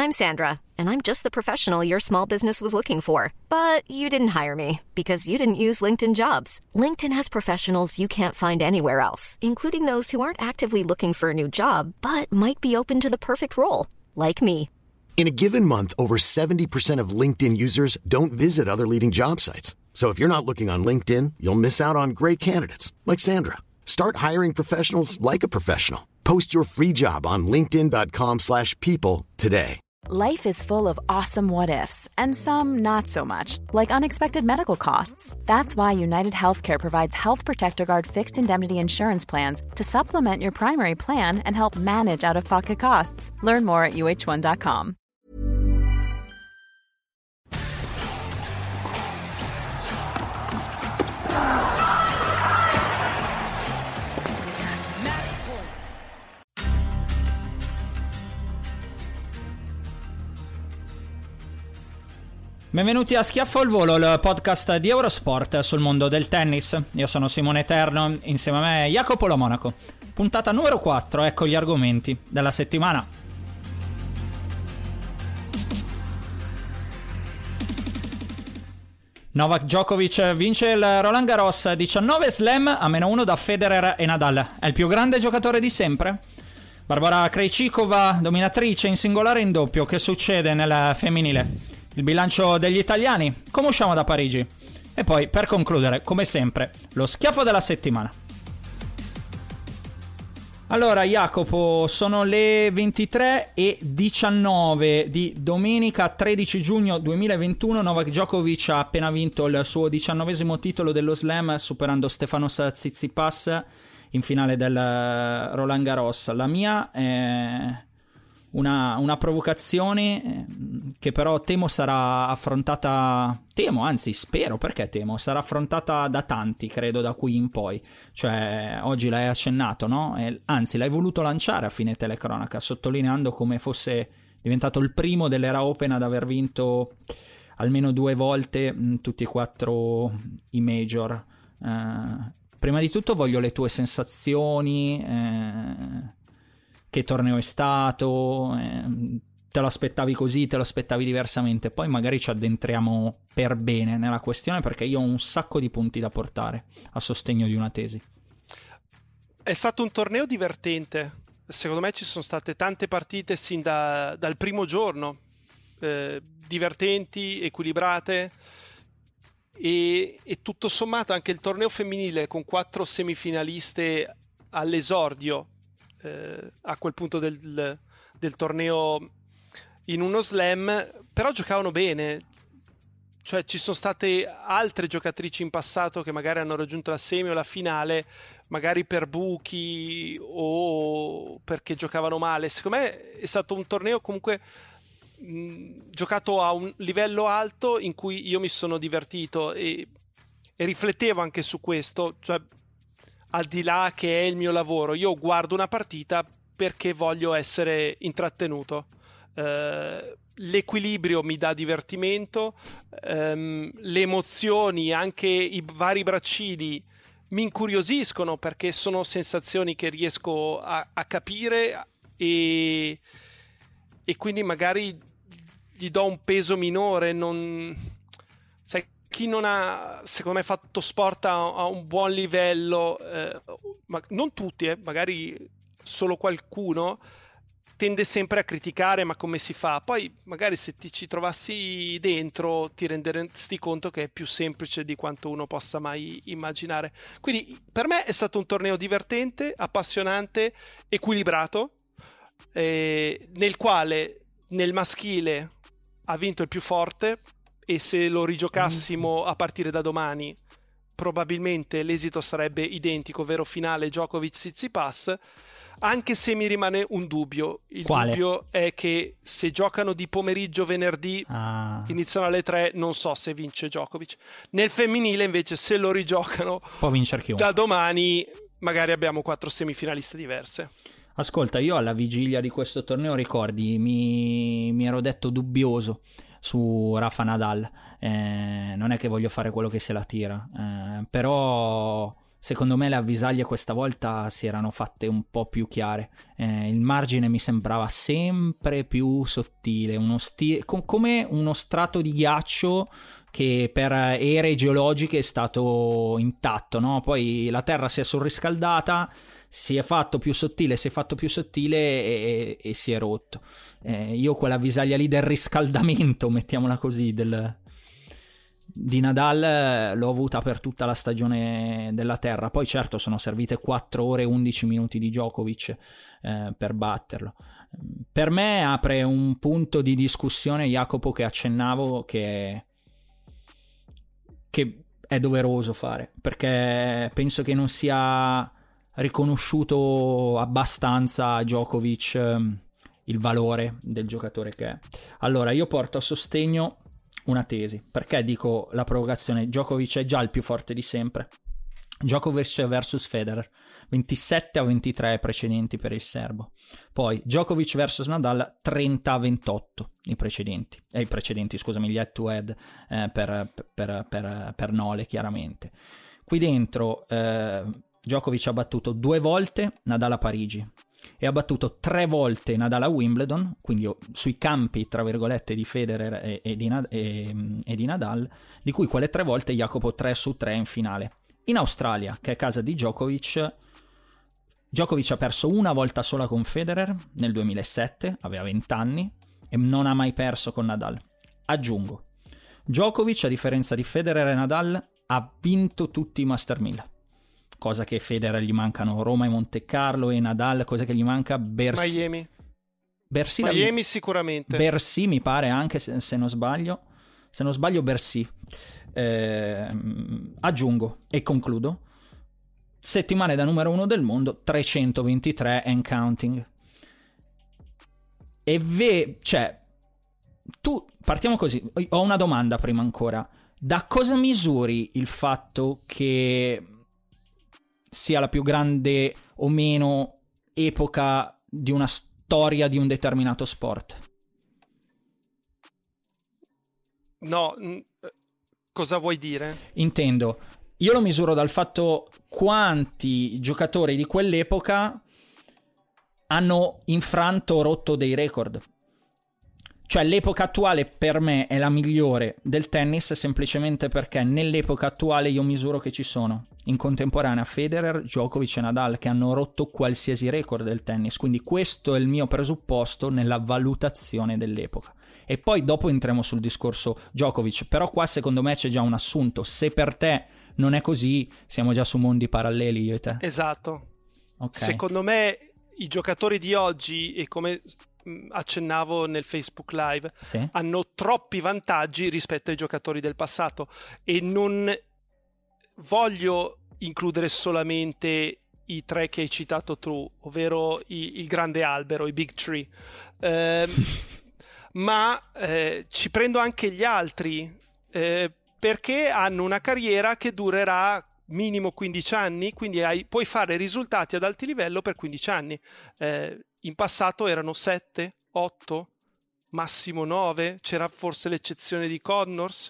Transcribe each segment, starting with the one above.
I'm Sandra, and I'm just the professional your small business was looking for. But you didn't hire me because you didn't use LinkedIn Jobs. LinkedIn has professionals you can't find anywhere else, including those who aren't actively looking for a new job, but might be open to the perfect role, like me. In a given month, over 70% of LinkedIn users don't visit other leading job sites. So if you're not looking on LinkedIn, you'll miss out on great candidates like Sandra. Start hiring professionals like a professional. Post your free job on linkedin.com/people today. Life is full of awesome what-ifs, and some not so much, like unexpected medical costs. That's why United Healthcare provides Health Protector Guard fixed indemnity insurance plans to supplement your primary plan and help manage out-of-pocket costs. Learn more at uh1.com. Benvenuti a Schiaffo al Volo, il podcast di Eurosport sul mondo del tennis. Io sono Simone Eterno, insieme a me Jacopo Lo Monaco. Puntata numero 4, ecco gli argomenti della settimana. Novak Djokovic vince il Roland Garros, 19 slam a -1 da Federer e Nadal. È il più grande giocatore di sempre? Barbara Krejcikova, dominatrice in singolare e in doppio. Che succede nel femminile? Il bilancio degli italiani, come usciamo da Parigi? E poi, per concludere, come sempre, lo schiaffo della settimana. Allora, Jacopo, sono le 23:19 di domenica 13 giugno 2021. Novak Djokovic ha appena vinto il suo 19esimo titolo dello Slam, superando Stefanos Tsitsipas in finale del Roland Garros. La mia è una provocazione che però temo sarà affrontata, anzi spero, perché temo, sarà affrontata da tanti, credo, da qui in poi. Cioè, oggi l'hai accennato, no? Anzi, l'hai voluto lanciare a fine telecronaca, sottolineando come fosse diventato il primo dell'era Open ad aver vinto almeno 2 volte tutti e 4 i major. Prima di tutto voglio le tue sensazioni. Che torneo è stato? Te lo aspettavi così? Te lo aspettavi diversamente? Poi magari ci addentriamo per bene nella questione, perché io ho un sacco di punti da portare a sostegno di una tesi. È stato un torneo divertente. Secondo me ci sono state tante partite sin dal primo giorno, divertenti, equilibrate, e tutto sommato anche il torneo femminile con 4 semifinaliste all'esordio a quel punto del torneo in uno slam, però giocavano bene. Cioè, ci sono state altre giocatrici in passato che magari hanno raggiunto la semi o la finale, magari per buchi o perché giocavano male. Secondo me è stato un torneo comunque giocato a un livello alto, in cui io mi sono divertito e riflettevo anche su questo. Cioè, al di là che è il mio lavoro, io guardo una partita perché voglio essere intrattenuto. L'equilibrio mi dà divertimento, le emozioni, anche i vari braccini mi incuriosiscono, perché sono sensazioni che riesco a capire e quindi magari gli do un peso minore. Sai, chi non ha, secondo me, fatto sport a un buon livello, ma non tutti, magari solo qualcuno, tende sempre a criticare, ma come si fa? Poi magari se ti ci trovassi dentro ti renderesti conto che è più semplice di quanto uno possa mai immaginare. Quindi per me è stato un torneo divertente, appassionante, equilibrato, nel quale nel maschile ha vinto il più forte, e se lo rigiocassimo a partire da domani probabilmente l'esito sarebbe identico, ovvero finale Djokovic-Tsitsipas, anche se mi rimane un dubbio. Il Quale? Dubbio è che se giocano di pomeriggio venerdì, iniziano alle 3, non so se vince Djokovic. Nel femminile invece, se lo rigiocano Può vincere chiunque. da domani, magari abbiamo 4 semifinaliste diverse. Ascolta, io alla vigilia di questo torneo, ricordi, mi ero detto dubbioso su Rafa Nadal. Non è che voglio fare quello che se la tira, però secondo me le avvisaglie questa volta si erano fatte un po' più chiare. Il margine mi sembrava sempre più sottile, come uno strato di ghiaccio che per ere geologiche è stato intatto, no? Poi la Terra si è surriscaldata, si è fatto più sottile e si è rotto. Io quella avvisaglia lì del riscaldamento, mettiamola così, di Nadal l'ho avuta per tutta la stagione della Terra. Poi certo sono servite 4 ore e 11 minuti di Djokovic per batterlo. Per me apre un punto di discussione, Jacopo, che accennavo, che è doveroso fare, perché penso che non sia riconosciuto abbastanza a Djokovic il valore del giocatore che è. Allora io porto a sostegno una tesi. Perché dico la provocazione? Djokovic è già il più forte di sempre. Djokovic versus Federer 27-23 precedenti per il serbo. Poi Djokovic versus Nadal 30-28 i precedenti, gli head to head per Nole, chiaramente. Qui dentro Djokovic ha battuto 2 volte Nadal a Parigi e ha battuto 3 volte Nadal a Wimbledon, quindi sui campi tra virgolette di Federer e di Nadal, di cui quelle 3 volte Jacopo 3 su 3 in finale. In Australia, che è casa di Djokovic ha perso una volta sola con Federer nel 2007, aveva 20 anni, e non ha mai perso con Nadal. Aggiungo, Djokovic, a differenza di Federer e Nadal, ha vinto tutti i Master 1000. Cosa che Federer gli mancano Roma e Monte Carlo, e Nadal cosa che gli manca Miami sicuramente, Bercy mi pare anche, se non sbaglio Bercy. Aggiungo e concludo, settimane da numero 1 del mondo 323 and counting. Tu partiamo così, ho una domanda prima ancora: da cosa misuri il fatto che sia la più grande o meno epoca di una storia di un determinato sport? No, cosa vuoi dire? Intendo, io lo misuro dal fatto quanti giocatori di quell'epoca hanno infranto o rotto dei record. Cioè l'epoca attuale per me è la migliore del tennis, semplicemente perché nell'epoca attuale io misuro che ci sono in contemporanea Federer, Djokovic e Nadal che hanno rotto qualsiasi record del tennis, quindi questo è il mio presupposto nella valutazione dell'epoca. E poi dopo entriamo sul discorso Djokovic, però qua secondo me c'è già un assunto: se per te non è così, siamo già su mondi paralleli io e te. Esatto. Okay. Secondo me i giocatori di oggi, e come accennavo nel Facebook Live, sì, hanno troppi vantaggi rispetto ai giocatori del passato, e non voglio includere solamente i 3 che hai citato tu, ovvero il grande albero, i Big Tree, ma ci prendo anche gli altri, perché hanno una carriera che durerà minimo 15 anni, quindi puoi fare risultati ad alti livello per 15 anni. In passato erano 7, 8, massimo 9, c'era forse l'eccezione di Connors.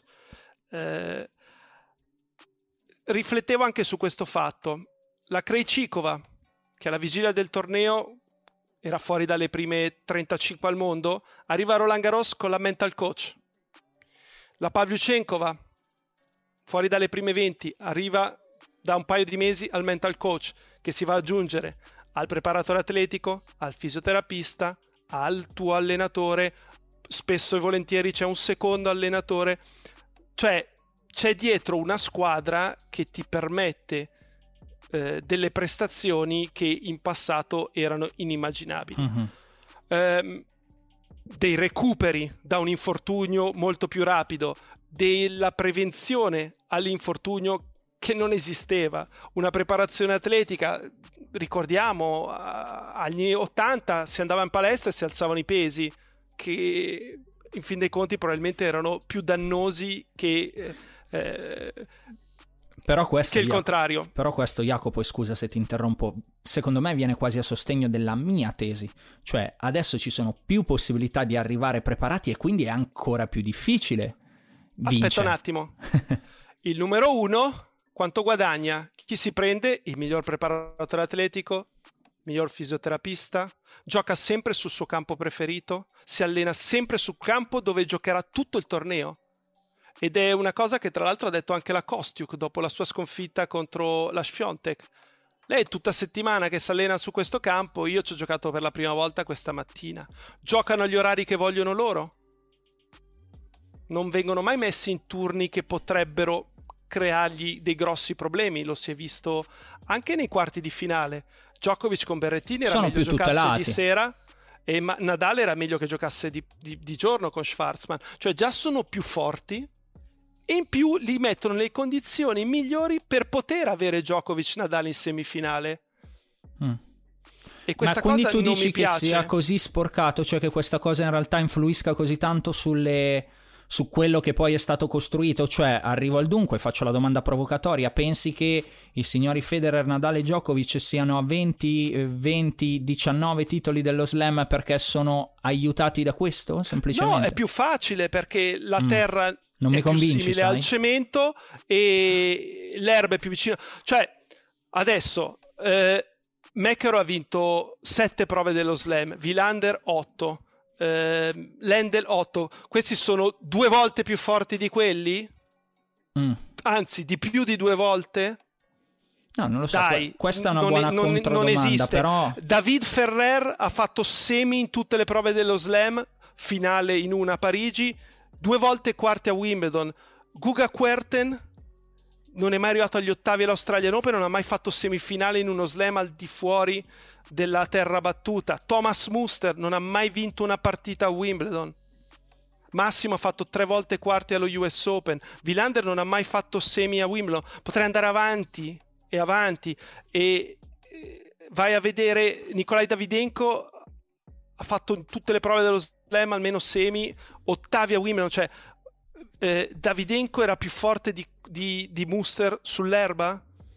Riflettevo anche su questo fatto. La Krejcikova, che alla vigilia del torneo era fuori dalle prime 35 al mondo, arriva a Roland Garros con la mental coach. La Pavlyuchenkova, fuori dalle prime 20, arriva da un paio di mesi al mental coach, che si va ad aggiungere al preparatore atletico, al fisioterapista, al tuo allenatore, spesso e volentieri c'è un secondo allenatore. Cioè c'è dietro una squadra che ti permette delle prestazioni che in passato erano inimmaginabili. Dei recuperi da un infortunio molto più rapido, della prevenzione all'infortunio che non esisteva, una preparazione atletica. Ricordiamo, agli anni 80 si andava in palestra e si alzavano i pesi, che in fin dei conti probabilmente erano più dannosi che il contrario. Però questo, Jacopo, scusa se ti interrompo, secondo me viene quasi a sostegno della mia tesi. Cioè adesso ci sono più possibilità di arrivare preparati e quindi è ancora più difficile vincere. Aspetta un attimo. Il numero 1 Quanto guadagna? Chi si prende? Il miglior preparatore atletico, miglior fisioterapista, gioca sempre sul suo campo preferito, si allena sempre sul campo dove giocherà tutto il torneo. Ed è una cosa che tra l'altro ha detto anche la Kostiuk dopo la sua sconfitta contro la Swiatek. Lei è tutta settimana che si allena su questo campo, io ci ho giocato per la prima volta questa mattina. Giocano agli orari che vogliono loro. Non vengono mai messi in turni che potrebbero creargli dei grossi problemi, lo si è visto anche nei quarti di finale. Djokovic con Berrettini era meglio giocasse tutelati di sera e Nadal era meglio che giocasse di giorno con Schwartzman. Cioè già sono più forti e in più li mettono nelle condizioni migliori per poter avere Djokovic Nadal in semifinale. E questa Ma quindi cosa tu non dici mi che piace. sia così sporcato, cioè che questa cosa in realtà influisca così tanto su quello che poi è stato costruito? Cioè, arrivo al dunque, faccio la domanda provocatoria: pensi che i signori Federer, Nadal e Djokovic siano a 19 titoli dello Slam perché sono aiutati da questo, semplicemente? No, è più facile perché la terra non è mi convinci, più simile sai? al cemento e l'erba è più vicina. Cioè, adesso McEnroe ha vinto 7 prove dello Slam, Wilander 8, Lendl 8. Questi sono 2 volte più forti di quelli? Anzi, di più di 2 volte? No, non lo so. Dai, questa è una buona controdomanda, non esiste. però David Ferrer ha fatto semi in tutte le prove dello Slam, finale in una a Parigi, 2 volte quarti a Wimbledon. Guga Kuerten non è mai arrivato agli ottavi all'Australian Open, non ha mai fatto semifinale in uno Slam al di fuori della terra battuta. Thomas Muster non ha mai vinto una partita a Wimbledon. Massimo ha fatto 3 volte quarti allo US Open. Wilander non ha mai fatto semi a Wimbledon. Potrei andare avanti e avanti, e vai a vedere Nikolai Davydenko ha fatto in tutte le prove dello Slam almeno semi, ottavi a Wimbledon. Cioè Davydenko era più forte di Muster sull'erba?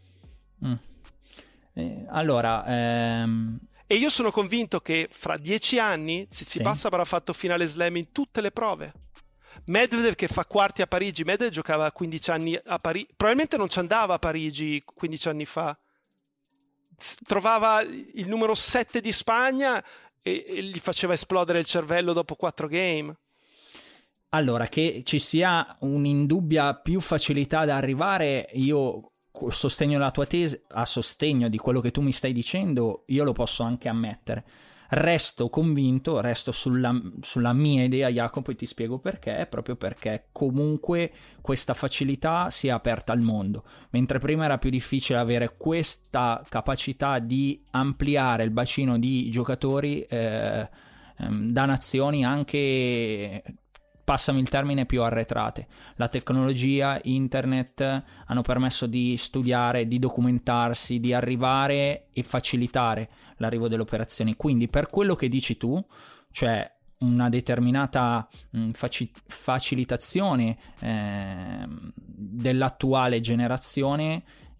Allora e io sono convinto che fra 10 anni Tsitsipas avrà fatto finale Slam in tutte le prove. Medvedev che fa quarti a Parigi, Medvedev giocava 15 anni a Parigi, probabilmente non ci andava a Parigi 15 anni fa, trovava il numero 7 di Spagna e gli faceva esplodere il cervello dopo 4 game. Allora, che ci sia un'indubbia più facilità da arrivare, io sostegno la tua tesi, a sostegno di quello che tu mi stai dicendo, io lo posso anche ammettere. Resto convinto, resto sulla mia idea, Jacopo, e ti spiego perché, proprio perché comunque questa facilità si è aperta al mondo, mentre prima era più difficile avere questa capacità di ampliare il bacino di giocatori da nazioni anche, passami il termine, più arretrate. La tecnologia, internet hanno permesso di studiare, di documentarsi, di arrivare e facilitare l'arrivo delle operazioni. Quindi per quello che dici tu, cioè una determinata facilitazione dell'attuale generazione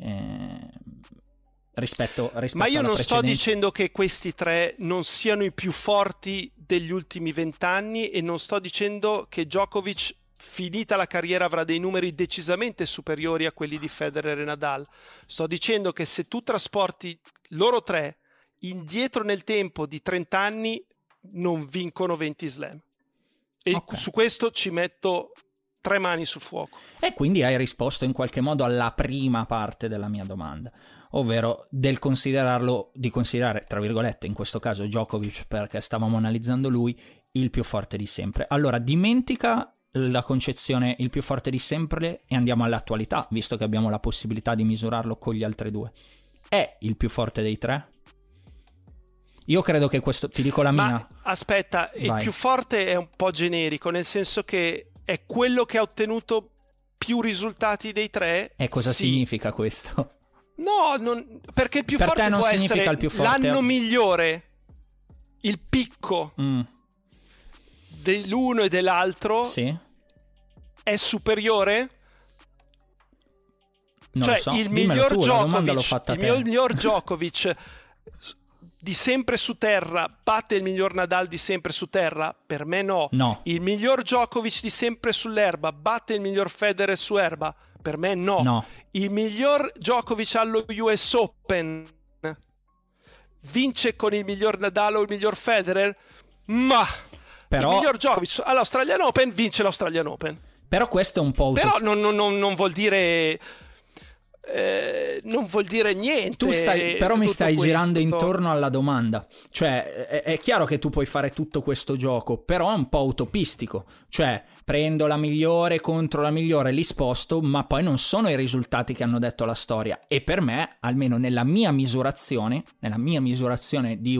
rispetto ma io alla non sto precedente. dicendo che questi 3 non siano i più forti degli ultimi 20 anni, e non sto dicendo che Djokovic, finita la carriera, avrà dei numeri decisamente superiori a quelli di Federer e Nadal. Sto dicendo che se tu trasporti loro 3 indietro nel tempo di 30 anni, non vincono 20 Slam. E su questo ci metto 3 mani sul fuoco. E quindi hai risposto in qualche modo alla prima parte della mia domanda, ovvero di considerare, tra virgolette, in questo caso Djokovic, perché stavamo analizzando lui, il più forte di sempre. Allora, dimentica la concezione il più forte di sempre e andiamo all'attualità, visto che abbiamo la possibilità di misurarlo con gli altri 2. È il più forte dei 3? Io credo che questo, ti dico la mia. Ma aspetta, Vai. il più forte è un po' generico, nel senso che è quello che ha ottenuto più risultati dei 3. E cosa significa questo? No, perché il più Per forte te non può significa essere il più forte. l'anno migliore, il picco dell'uno e dell'altro è superiore? Non cioè lo so. il Dimmelo miglior Djokovic di sempre su terra batte il miglior Nadal di sempre su terra? Per me no. Il miglior Djokovic di sempre sull'erba batte il miglior Federer su erba? Per me no. Il miglior Djokovic allo US Open vince con il miglior Nadal o il miglior Federer? Ma però... il miglior Djokovic all'Australian Open vince l'Australian Open. Però questo è un po'... Però non vuol dire... non vuol dire niente. Però mi stai girando intorno alla domanda. Cioè è chiaro che tu puoi fare tutto questo gioco, però è un po' utopistico. Cioè prendo la migliore contro la migliore, li sposto, ma poi non sono i risultati che hanno detto la storia. E per me, almeno nella mia misurazione di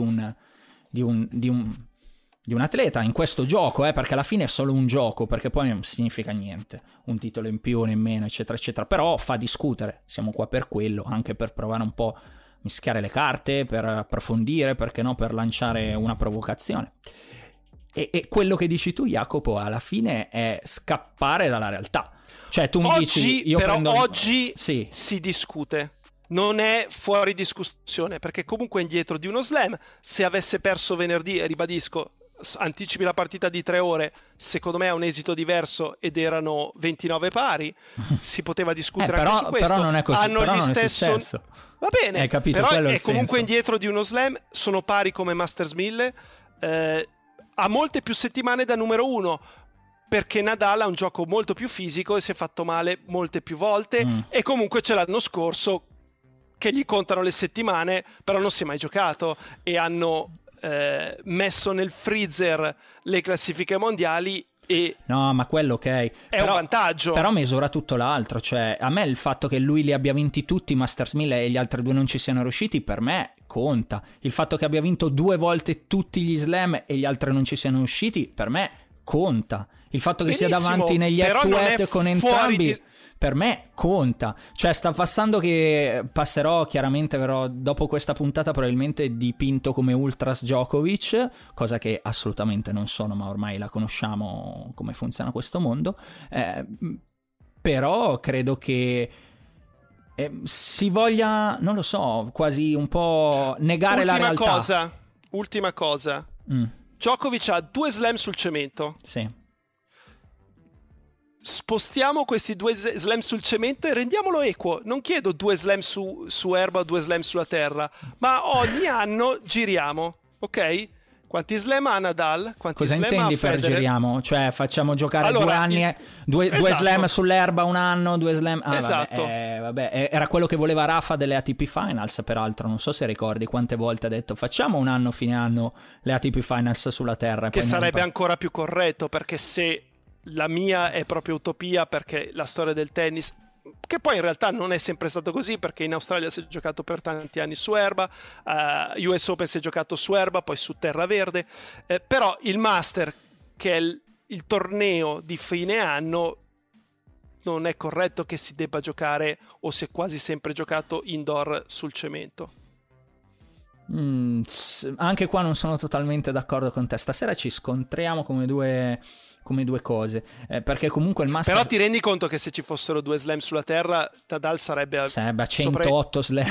un atleta in questo gioco, perché alla fine è solo un gioco, perché poi non significa niente, un titolo in più o in meno, eccetera eccetera, però fa discutere, siamo qua per quello, anche per provare un po' a mischiare le carte, per approfondire, perché no, per lanciare una provocazione. E quello che dici tu, Jacopo, alla fine è scappare dalla realtà. Cioè tu mi dici... Oggi si discute. Non è fuori discussione, perché comunque è indietro di uno slam. Se avesse perso venerdì, ribadisco, anticipi la partita di 3 ore, secondo me ha un esito diverso ed erano 29 pari, si poteva discutere anche su questo. Però non è così, hanno però gli non stesso... è successo. Va bene, hai capito, però quello è comunque indietro di uno slam, sono pari come Masters 1000, ha molte più settimane da numero 1, perché Nadal ha un gioco molto più fisico e si è fatto male molte più volte, e comunque c'è l'anno scorso che gli contano le settimane, però non si è mai giocato, e hanno messo nel freezer le classifiche mondiali, e no, ma quello ok, è un vantaggio. Però misura tutto l'altro, cioè a me il fatto che lui li abbia vinti tutti Masters 1000 e gli altri 2 non ci siano riusciti, per me conta. Il fatto che abbia vinto 2 volte tutti gli slam e gli altri non ci siano riusciti, per me conta. Il fatto che sia davanti negli head-to-head con entrambi, per me conta. Cioè sta passando che passerò, chiaramente verrò dopo questa puntata probabilmente dipinto come Ultras Djokovic, cosa che assolutamente non sono, ma ormai la conosciamo come funziona questo mondo, però credo che si voglia, non lo so, quasi un po' negare la realtà. Ultima cosa. Djokovic ha 2 slam sul cemento. Sì. Spostiamo questi 2 slam sul cemento e rendiamolo equo. Non chiedo 2 slam su erba o 2 slam sulla terra, ma ogni anno giriamo, ok? Quanti slam ha Nadal? Cosa intendi per giriamo? Cioè facciamo giocare 2 anni, due esatto. slam sull'erba un anno, 2 slam... esatto. Vabbè, era quello che voleva Rafa delle ATP Finals, peraltro, non so se ricordi quante volte ha detto facciamo un anno, fine anno, le ATP Finals sulla terra. Che sarebbe ancora più corretto, perché se la mia è proprio utopia, perché la storia del tennis, che poi in realtà non è sempre stato così, perché in Australia si è giocato per tanti anni su erba, US Open si è giocato su erba, poi su terra verde, però il Master, che è il torneo di fine anno, non è corretto che si debba giocare, o si è quasi sempre giocato indoor sul cemento. Anche qua non sono totalmente d'accordo con te. Stasera ci scontriamo come due cose, perché comunque il Master... Però ti rendi conto che se ci fossero 2 slam sulla terra, Nadal sarebbe a 108 slam.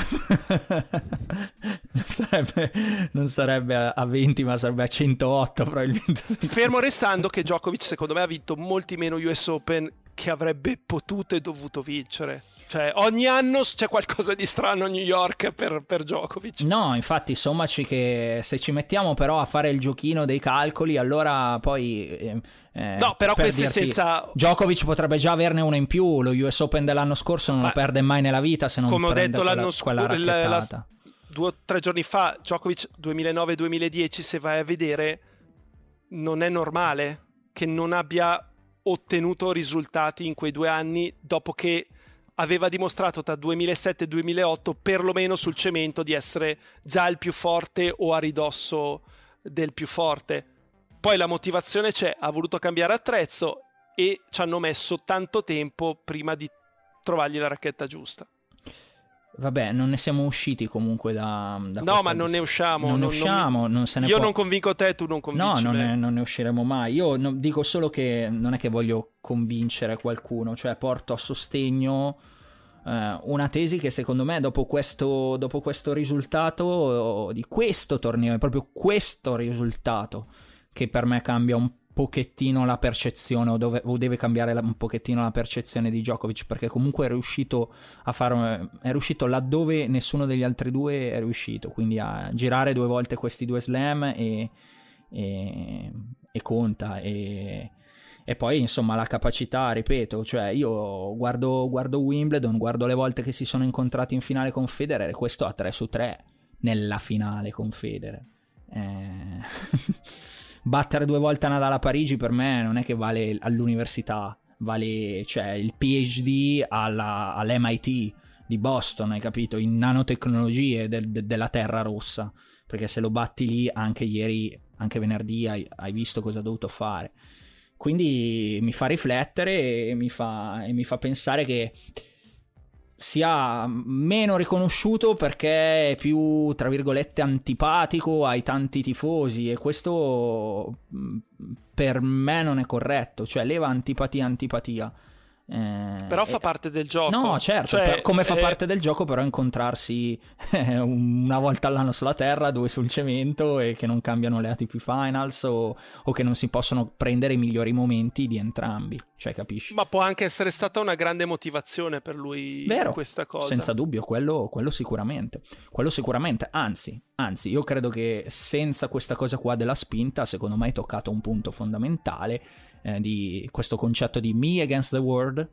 non sarebbe a 20, ma sarebbe a 108 probabilmente. Fermo restando che Djokovic secondo me ha vinto molti meno US Open che avrebbe potuto e dovuto vincere. Cioè ogni anno c'è qualcosa di strano a New York per Djokovic. No, infatti sommaci che se ci mettiamo però a fare il giochino dei calcoli, allora poi no, però per questo è dirti, senza... Djokovic potrebbe già averne una in più. Lo US Open dell'anno scorso non lo perde mai nella vita, se non come ho prende detto quella racchettata. 2 o 3 giorni fa Djokovic 2009-2010, se vai a vedere, non è normale che non abbia ottenuto risultati in quei 2 anni, dopo che aveva dimostrato tra 2007 e 2008 perlomeno sul cemento di essere già il più forte o a ridosso del più forte. Poi la motivazione c'è, ha voluto cambiare attrezzo e ci hanno messo tanto tempo prima di trovargli la racchetta giusta. Vabbè, non ne siamo usciti comunque da no, ma non ne usciamo. Non se ne io può. Non convinco te, tu non convinci me. Non ne usciremo mai. Io dico solo che non è che voglio convincere qualcuno, cioè porto a sostegno una tesi che secondo me dopo questo risultato di questo torneo, è proprio questo risultato che per me cambia un pochettino la percezione o deve cambiare un pochettino la percezione di Djokovic, perché comunque è riuscito laddove nessuno degli altri due è riuscito, quindi a girare 2 volte questi 2 slam e conta, e poi insomma la capacità, ripeto, cioè io guardo Wimbledon, guardo le volte che si sono incontrati in finale con Federer, e questo a 3-3 nella finale con Federer. Battere 2 volte Nadal a Parigi per me non è che vale all'università, vale, cioè, il PhD all'MIT di Boston, hai capito, in nanotecnologie della terra rossa, perché se lo batti lì anche ieri, anche venerdì hai visto cosa ha dovuto fare. Quindi mi fa riflettere e mi fa pensare che sia meno riconosciuto perché è più, tra virgolette, antipatico ai tanti tifosi, e questo per me non è corretto, cioè leva antipatia. Però fa parte del gioco. No, certo, cioè, come fa parte del gioco, però incontrarsi una volta all'anno sulla terra, 2 sul cemento, e che non cambiano le ATP Finals, o che non si possono prendere i migliori momenti di entrambi, cioè, capisci? Ma può anche essere stata una grande motivazione per lui. Vero, questa cosa. Senza dubbio, quello sicuramente. Anzi, io credo che senza questa cosa qua della spinta, secondo me hai toccato un punto fondamentale di questo concetto di me against the world,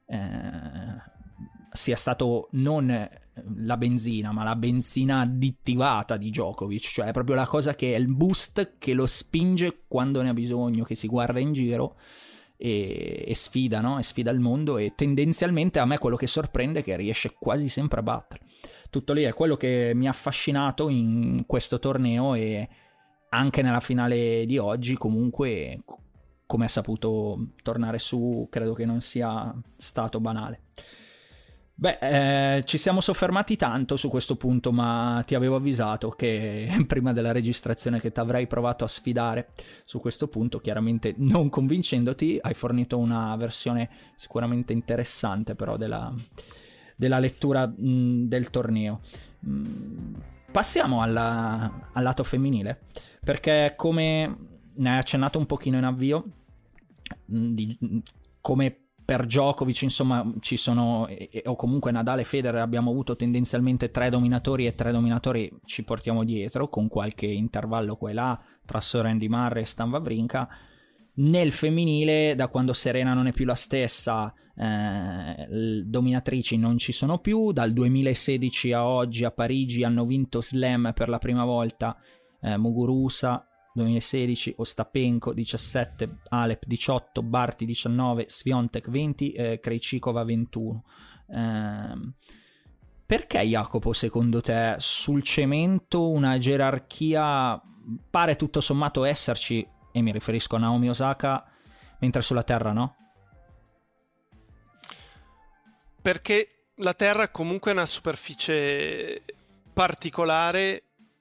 sia stato non la benzina, ma la benzina additivata di Djokovic, cioè è proprio la cosa che è il boost che lo spinge quando ne ha bisogno, che si guarda in giro e sfida, no? E sfida il mondo, e tendenzialmente a me quello che sorprende è che riesce quasi sempre a battere. Tutto lì è quello che mi ha affascinato in questo torneo, e anche nella finale di oggi comunque come ha saputo tornare su, credo che non sia stato banale. Beh, ci siamo soffermati tanto su questo punto, ma ti avevo avvisato che prima della registrazione che ti avrei provato a sfidare su questo punto, chiaramente non convincendoti. Hai fornito una versione sicuramente interessante però della lettura del torneo. Passiamo al lato femminile, perché come ne hai accennato un pochino in avvio, come per Djokovic insomma ci sono, o comunque Nadal e Federer, abbiamo avuto tendenzialmente 3 dominatori, e 3 dominatori ci portiamo dietro con qualche intervallo qua e là tra Sorrenti Murray e Stan Wawrinka. Nel femminile, da quando Serena non è più la stessa, dominatrici non ci sono più. Dal 2016 a oggi a Parigi hanno vinto slam per la prima volta Muguruza 2016, Ostapenko 17, Alep 18, Barty 19, Swiatek 20, Krejcikova 21. Perché, Jacopo, secondo te sul cemento una gerarchia pare tutto sommato esserci, e mi riferisco a Naomi Osaka, mentre sulla terra no? Perché la terra comunque è una superficie particolare,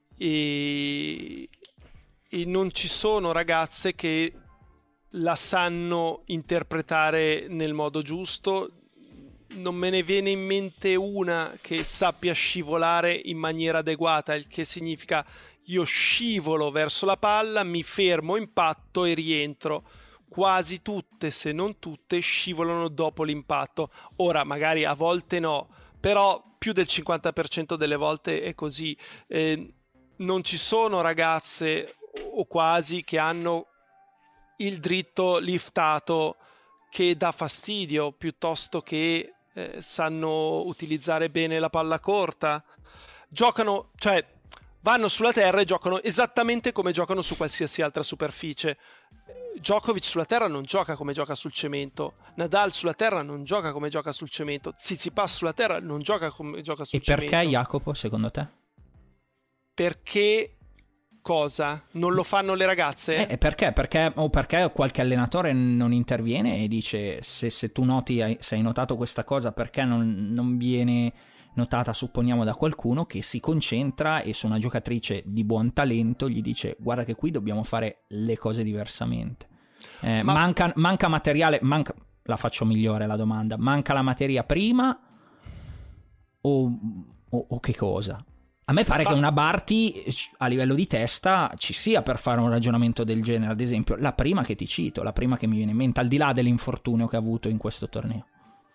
e non ci sono ragazze che la sanno interpretare nel modo giusto. Non me ne viene in mente una che sappia scivolare in maniera adeguata, il che significa io scivolo verso la palla, mi fermo, impatto e rientro. Quasi tutte, se non tutte, scivolano dopo l'impatto. Ora magari a volte no, però più del 50% delle volte è così. Non ci sono ragazze, o quasi, che hanno il dritto liftato che dà fastidio, piuttosto che sanno utilizzare bene la palla corta. Giocano, cioè vanno sulla terra e giocano esattamente come giocano su qualsiasi altra superficie. Djokovic sulla terra non gioca come gioca sul cemento, Nadal sulla terra non gioca come gioca sul cemento, Tsitsipas sulla terra non gioca come gioca sul cemento. E perché, Jacopo, secondo te? Perché cosa? Non lo fanno le ragazze? Perché qualche allenatore non interviene e dice se tu noti, se hai notato questa cosa, perché non viene notata, supponiamo, da qualcuno che si concentra e su una giocatrice di buon talento gli dice guarda che qui dobbiamo fare le cose diversamente. Manca materiale, la faccio migliore la domanda, manca la materia prima o che cosa? A me pare che una Barty a livello di testa ci sia per fare un ragionamento del genere. Ad esempio, la prima che ti cito, la prima che mi viene in mente, al di là dell'infortunio che ha avuto in questo torneo.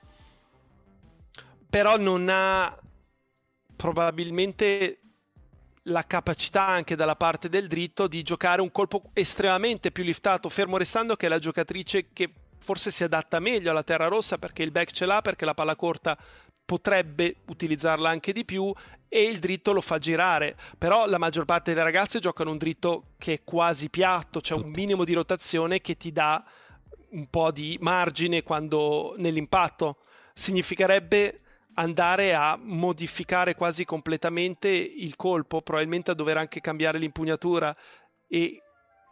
Però non ha probabilmente la capacità anche dalla parte del dritto di giocare un colpo estremamente più liftato, fermo restando che è la giocatrice che forse si adatta meglio alla terra rossa, perché il back ce l'ha, perché la palla corta potrebbe utilizzarla anche di più e il dritto lo fa girare. Però la maggior parte delle ragazze giocano un dritto che è quasi piatto, cioè un minimo di rotazione che ti dà un po' di margine quando nell'impatto. Significherebbe andare a modificare quasi completamente il colpo, probabilmente a dover anche cambiare l'impugnatura. E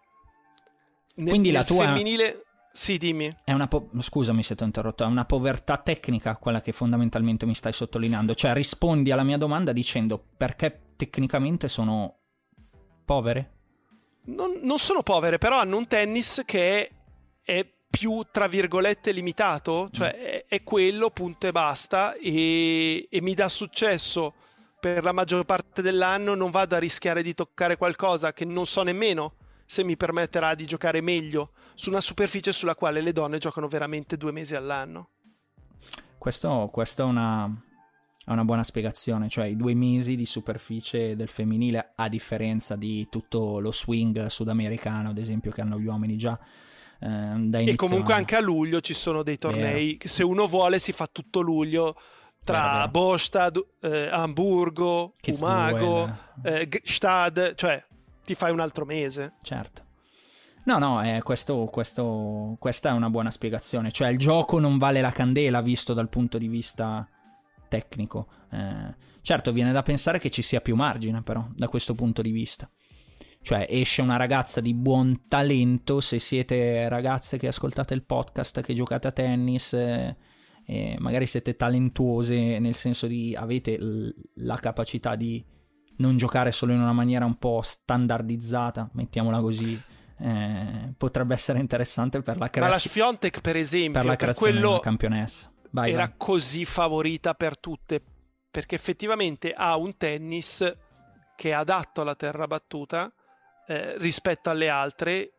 quindi la tua femminile... Sì, dimmi. È scusami se ti ho interrotto, è una povertà tecnica quella che fondamentalmente mi stai sottolineando. Cioè, rispondi alla mia domanda dicendo perché tecnicamente sono povere? Non sono povere, però hanno un tennis che è più, tra virgolette, limitato. Cioè, è quello, punto e basta, e mi dà successo per la maggior parte dell'anno. Non vado a rischiare di toccare qualcosa che non so nemmeno se mi permetterà di giocare meglio su una superficie sulla quale le donne giocano veramente 2 mesi all'anno. Questo è una buona spiegazione, cioè i 2 mesi di superficie del femminile, a differenza di tutto lo swing sudamericano, ad esempio, che hanno gli uomini già da inizio. E comunque anche a luglio ci sono dei tornei, che se uno vuole si fa tutto luglio, tra Båstad, Amburgo, Umago, Stad, cioè ti fai un altro mese. Certo. No, questa è una buona spiegazione. Cioè il gioco non vale la candela visto dal punto di vista tecnico. Certo, viene da pensare che ci sia più margine però da questo punto di vista. Cioè esce una ragazza di buon talento, se siete ragazze che ascoltate il podcast, che giocate a tennis, magari siete talentuose, nel senso di avete la capacità di non giocare solo in una maniera un po' standardizzata, mettiamola così, potrebbe essere interessante per la creazione. Ma la Swiatek, per esempio, per la creazione per di una campionessa era così favorita per tutte, perché effettivamente ha un tennis che è adatto alla terra battuta rispetto alle altre,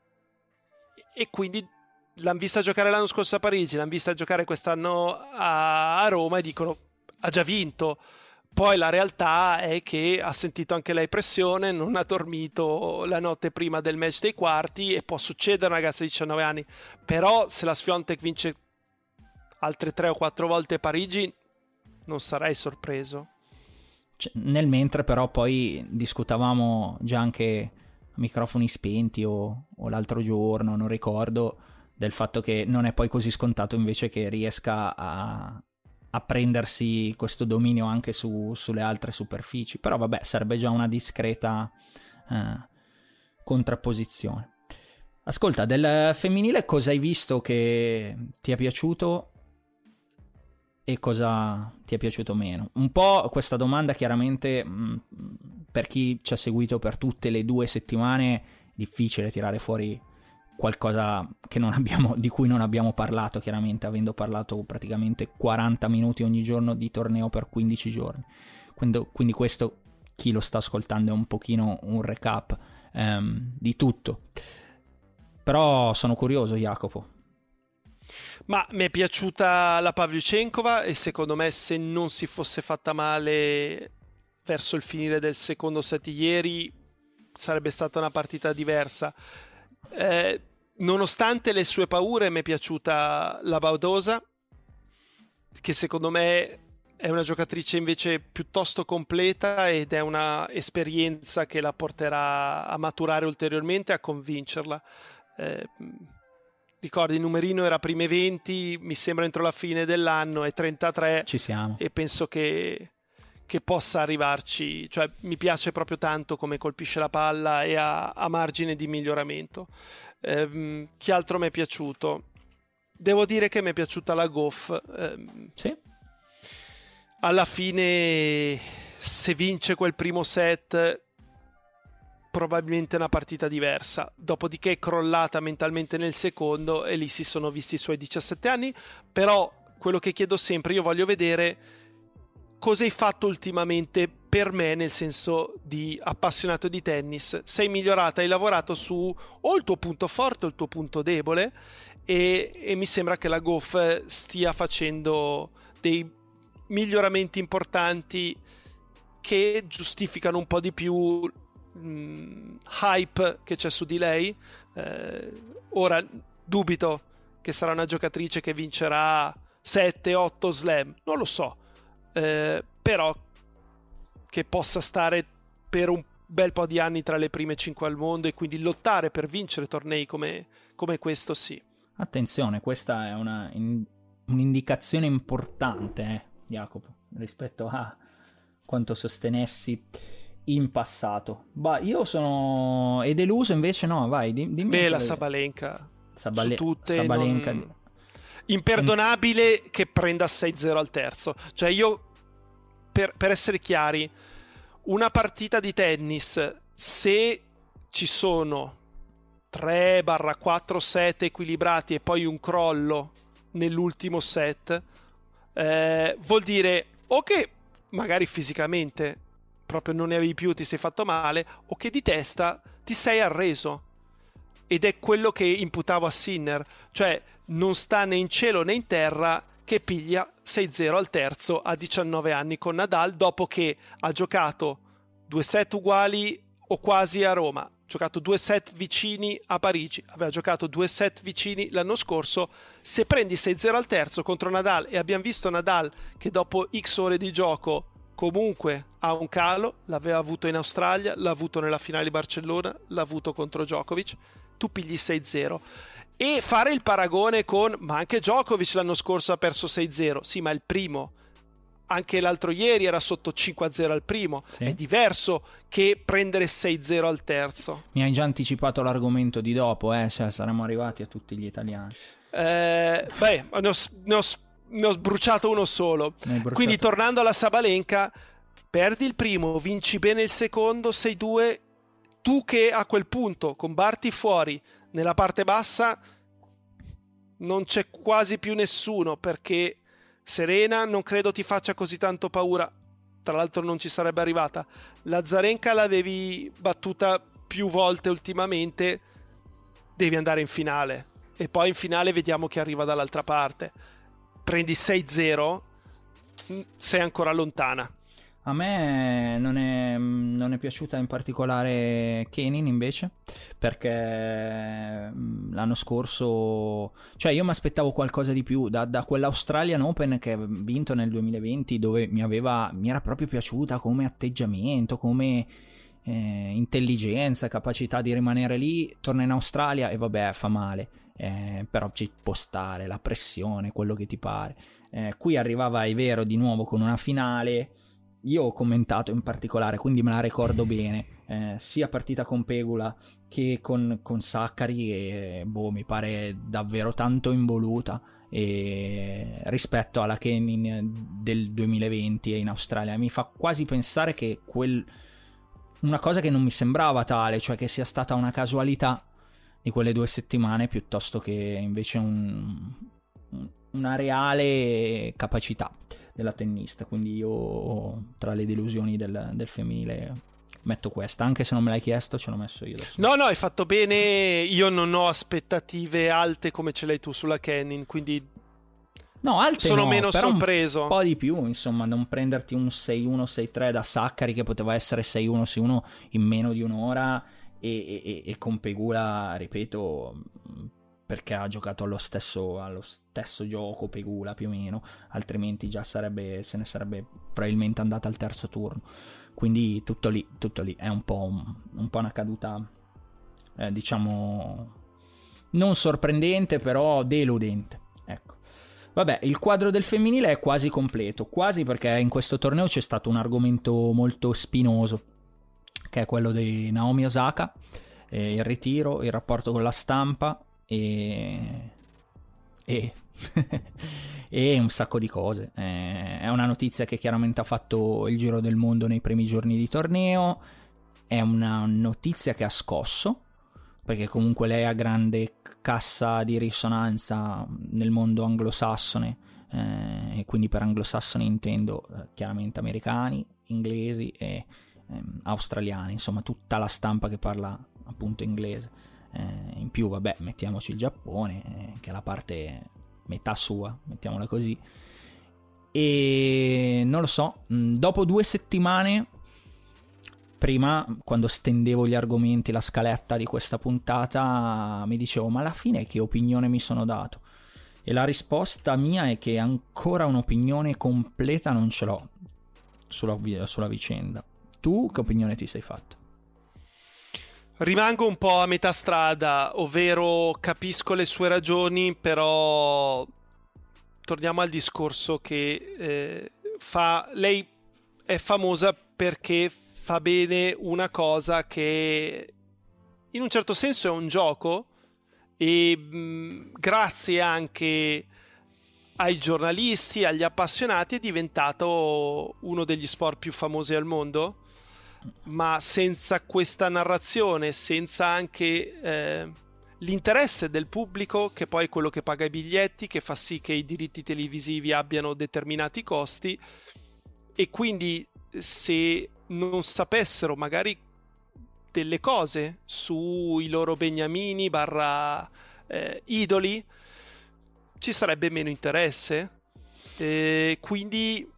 e quindi l'hanno vista giocare l'anno scorso a Parigi, l'hanno vista giocare quest'anno a Roma e dicono ha già vinto. Poi la realtà è che ha sentito anche lei pressione, non ha dormito la notte prima del match dei quarti, e può succedere a una ragazza di 19 anni. Però se la Swiatek vince altre 3 o 4 volte a Parigi non sarei sorpreso. Nel mentre però poi discutavamo già anche a microfoni spenti o l'altro giorno, non ricordo, del fatto che non è poi così scontato invece che riesca a prendersi questo dominio anche sulle altre superfici. Però vabbè, sarebbe già una discreta contrapposizione. Ascolta, del femminile cosa hai visto che ti è piaciuto e cosa ti è piaciuto meno? Un po' questa domanda chiaramente per chi ci ha seguito per tutte le 2 settimane, difficile tirare fuori qualcosa che di cui non abbiamo parlato, chiaramente avendo parlato praticamente 40 minuti ogni giorno di torneo per 15 giorni. Quindi questo, chi lo sta ascoltando, è un pochino un recap di tutto. Però sono curioso, Jacopo. Ma mi è piaciuta la Pavlyuchenkova, e secondo me se non si fosse fatta male verso il finire del secondo set ieri sarebbe stata una partita diversa. Nonostante le sue paure, mi è piaciuta la Badosa, che secondo me è una giocatrice invece piuttosto completa, ed è una esperienza che la porterà a maturare ulteriormente, a convincerla. Ricordi, il numerino era prime 20, mi sembra entro la fine dell'anno, è 33. Ci siamo. E penso che possa arrivarci. Cioè, mi piace proprio tanto come colpisce la palla e ha margine di miglioramento. Chi altro mi è piaciuto? Devo dire che mi è piaciuta la Goff. Sì. Alla fine, se vince quel primo set, probabilmente è una partita diversa. Dopodiché è crollata mentalmente nel secondo, e lì si sono visti i suoi 17 anni. Però quello che chiedo sempre, io voglio vedere cosa hai fatto ultimamente per me, nel senso di appassionato di tennis, sei migliorata, hai lavorato su o il tuo punto forte o il tuo punto debole, e mi sembra che la Gauff stia facendo dei miglioramenti importanti che giustificano un po' di più hype che c'è su di lei. Ora dubito che sarà una giocatrice che vincerà 7-8 slam, non lo so, però che possa stare per un bel po' di anni tra le prime 5 al mondo e quindi lottare per vincere tornei come questo, sì. Attenzione, questa è un'indicazione importante, Jacopo, rispetto a quanto sostenessi in passato. Io sono deluso, invece no, vai, dimmi. La Sabalenka su tutte, Sabalenka imperdonabile che prenda 6-0 al terzo. Cioè io, per essere chiari, una partita di tennis, se ci sono 3/4 set equilibrati e poi un crollo nell'ultimo set, vuol dire o che magari fisicamente proprio non ne avevi più, ti sei fatto male, o che di testa ti sei arreso. Ed è quello che imputavo a Sinner, cioè non sta né in cielo né in terra che piglia 6-0 al terzo a 19 anni con Nadal, dopo che ha giocato 2 set uguali o quasi a Roma, ha giocato 2 set vicini a Parigi, aveva giocato 2 set vicini l'anno scorso. Se prendi 6-0 al terzo contro Nadal, e abbiamo visto Nadal che dopo X ore di gioco comunque ha un calo, l'aveva avuto in Australia, l'ha avuto nella finale di Barcellona, l'ha avuto contro Djokovic, tu pigli 6-0. E fare il paragone con, ma anche Djokovic l'anno scorso ha perso 6-0, sì, ma il primo, anche l'altro ieri era sotto 5-0 al primo, sì. È diverso che prendere 6-0 al terzo. Mi hai già anticipato l'argomento di dopo, cioè saremmo arrivati a tutti gli italiani. Ne ho sbruciato uno solo. Quindi tornando alla Sabalenka, perdi il primo, vinci bene il secondo, 6-2, tu che a quel punto con Barty fuori nella parte bassa non c'è quasi più nessuno, perché Serena non credo ti faccia così tanto paura, tra l'altro non ci sarebbe arrivata. La Azarenka l'avevi battuta più volte ultimamente, devi andare in finale e poi in finale vediamo chi arriva dall'altra parte. Prendi 6-0, sei ancora lontana. A me non è piaciuta in particolare Kenin, invece, perché l'anno scorso, cioè io mi aspettavo qualcosa di più da quell'Australian Open che ha vinto nel 2020, dove mi era proprio piaciuta come atteggiamento, come intelligenza, capacità di rimanere lì. Torna in Australia e vabbè, fa male, però ci può stare la pressione, quello che ti pare. Qui arrivava, è vero, di nuovo con una finale. Io ho commentato in particolare, quindi me la ricordo bene, sia partita con Pegula che con Sakkari, e mi pare davvero tanto involuta rispetto alla Kenin del 2020 in Australia. Mi fa quasi pensare che una cosa che non mi sembrava tale, cioè che sia stata una casualità di quelle 2 settimane, piuttosto che invece una reale capacità della tennista. Quindi io, tra le delusioni del femminile, metto questa, anche se non me l'hai chiesto, ce l'ho messo io adesso. No, hai fatto bene. Io non ho aspettative alte come ce l'hai tu sulla Kenin, quindi no, alte sono no, meno però sorpreso. Un po' di più, insomma, non prenderti un 6-1, 6-3 da Sakkari, che poteva essere 6-1, 6-1 in meno di un'ora, e con Pegula, ripeto, perché ha giocato allo stesso gioco Pegula più o meno, altrimenti già se ne sarebbe probabilmente andata al terzo turno. Quindi tutto lì è un po' una caduta, diciamo, non sorprendente, però deludente, ecco. Vabbè, il quadro del femminile è quasi completo, quasi, perché in questo torneo c'è stato un argomento molto spinoso, che è quello di Naomi Osaka, il ritiro, il rapporto con la stampa e un sacco di cose. È una notizia che chiaramente ha fatto il giro del mondo nei primi giorni di torneo, è una notizia che ha scosso, perché comunque lei ha grande cassa di risonanza nel mondo anglosassone, e quindi per anglosassoni intendo chiaramente americani, inglesi e australiani, insomma tutta la stampa che parla appunto inglese. In più vabbè, mettiamoci il Giappone, che è la parte metà sua, mettiamola così. E non lo so, dopo 2 settimane, prima quando stendevo gli argomenti, la scaletta di questa puntata, mi dicevo ma alla fine che opinione mi sono dato? E la risposta mia è che ancora un'opinione completa non ce l'ho sulla vicenda. Tu che opinione ti sei fatto? Rimango un po' a metà strada, ovvero capisco le sue ragioni, però torniamo al discorso che lei è famosa perché fa bene una cosa che in un certo senso è un gioco, e grazie anche ai giornalisti, agli appassionati, è diventato uno degli sport più famosi al mondo. Ma senza questa narrazione, senza anche l'interesse del pubblico, che poi è quello che paga i biglietti, che fa sì che i diritti televisivi abbiano determinati costi, e quindi se non sapessero magari delle cose sui loro beniamini / idoli, ci sarebbe meno interesse. Quindi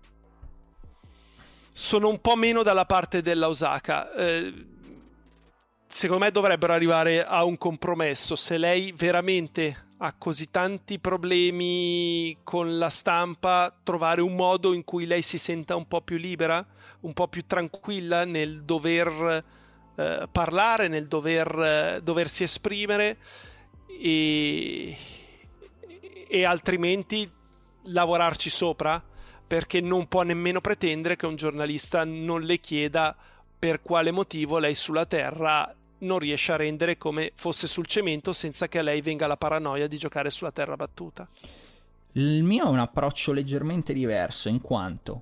sono un po' meno dalla parte della Osaka. Secondo me dovrebbero arrivare a un compromesso. Se lei veramente ha così tanti problemi con la stampa, trovare un modo in cui lei si senta un po' più libera, un po' più tranquilla nel dover parlare, nel doversi esprimere, e altrimenti lavorarci sopra, perché non può nemmeno pretendere che un giornalista non le chieda per quale motivo lei sulla terra non riesce a rendere come fosse sul cemento, senza che a lei venga la paranoia di giocare sulla terra battuta. Il mio è un approccio leggermente diverso, in quanto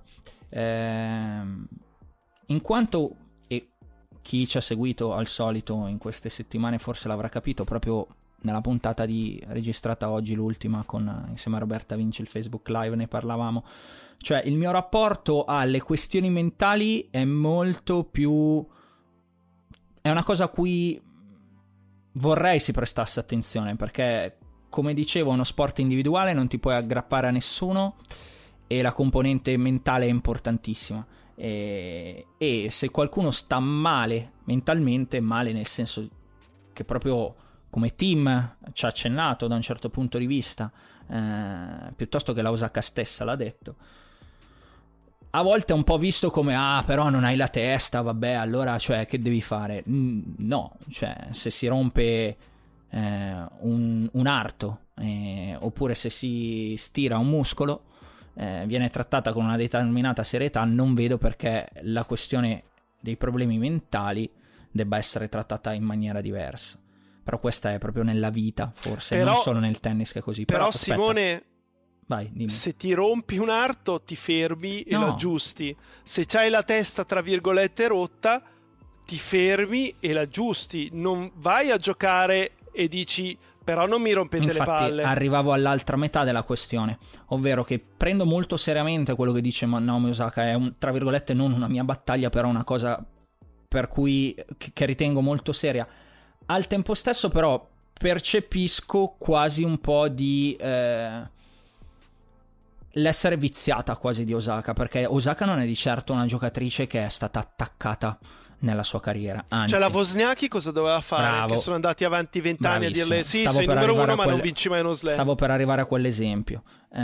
e chi ci ha seguito al solito in queste settimane forse l'avrà capito proprio nella puntata registrata oggi, l'ultima, insieme a Roberta Vinci, il Facebook Live, ne parlavamo. Cioè, il mio rapporto alle questioni mentali è molto più... è una cosa a cui vorrei si prestasse attenzione, perché, come dicevo, è uno sport individuale, non ti puoi aggrappare a nessuno, e la componente mentale è importantissima. E se qualcuno sta male mentalmente, male nel senso che proprio... come team ci ha accennato da un certo punto di vista, piuttosto che la Osaka stessa l'ha detto, a volte è un po' visto come però non hai la testa, vabbè, allora cioè che devi fare? No, cioè se si rompe un arto, oppure se si stira un muscolo, viene trattata con una determinata serietà. Non vedo perché la questione dei problemi mentali debba essere trattata in maniera diversa. Però questa è proprio nella vita, forse, non solo nel tennis che è così. Però aspetta. Simone, vai, dimmi. Se ti rompi un arto ti fermi e No. lo aggiusti. Se c'hai la testa tra virgolette rotta, ti fermi e la aggiusti. Non vai a giocare e dici però non mi rompete le palle. Infatti arrivavo all'altra metà della questione, ovvero che prendo molto seriamente quello che dice Naomi Osaka. È tra virgolette non una mia battaglia, però una cosa per cui che ritengo molto seria. Al tempo stesso però percepisco quasi un po' di l'essere viziata quasi di Osaka, perché Osaka non è di certo una giocatrice che è stata attaccata nella sua carriera, anzi. Cioè la Wozniacki cosa doveva fare? Bravo. Che sono andati avanti 20 anni a dirle sì, Stavo sei per numero arrivare uno a ma non vinci mai uno slam. Stavo per arrivare a quell'esempio. E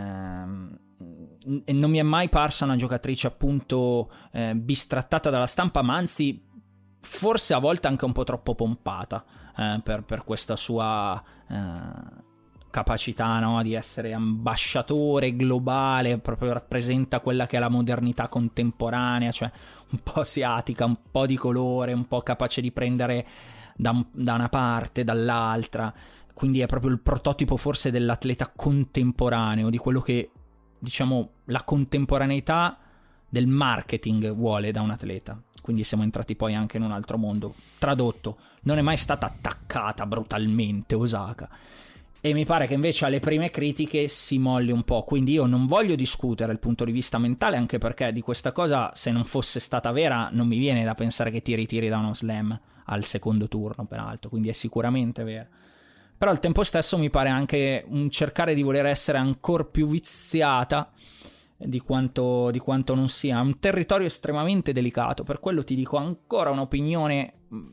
non mi è mai parsa una giocatrice appunto bistrattata dalla stampa, ma anzi forse a volte anche un po' troppo pompata per questa sua capacità, no? Di essere ambasciatore globale, proprio rappresenta quella che è la modernità contemporanea, cioè un po' asiatica, un po' di colore, un po' capace di prendere da una parte, dall'altra. Quindi è proprio il prototipo forse dell'atleta contemporaneo, di quello che, diciamo, la contemporaneità del marketing vuole da un atleta. Quindi siamo entrati poi anche in un altro mondo. Tradotto, non è mai stata attaccata brutalmente Osaka, e mi pare che invece alle prime critiche si molli un po'. Quindi io non voglio discutere il punto di vista mentale, anche perché di questa cosa, se non fosse stata vera, non mi viene da pensare che ti ritiri da uno slam al secondo turno, peraltro, quindi è sicuramente vero. Però al tempo stesso mi pare anche un cercare di voler essere ancora più viziata di quanto non sia. È un territorio estremamente delicato, per quello ti dico, ancora un'opinione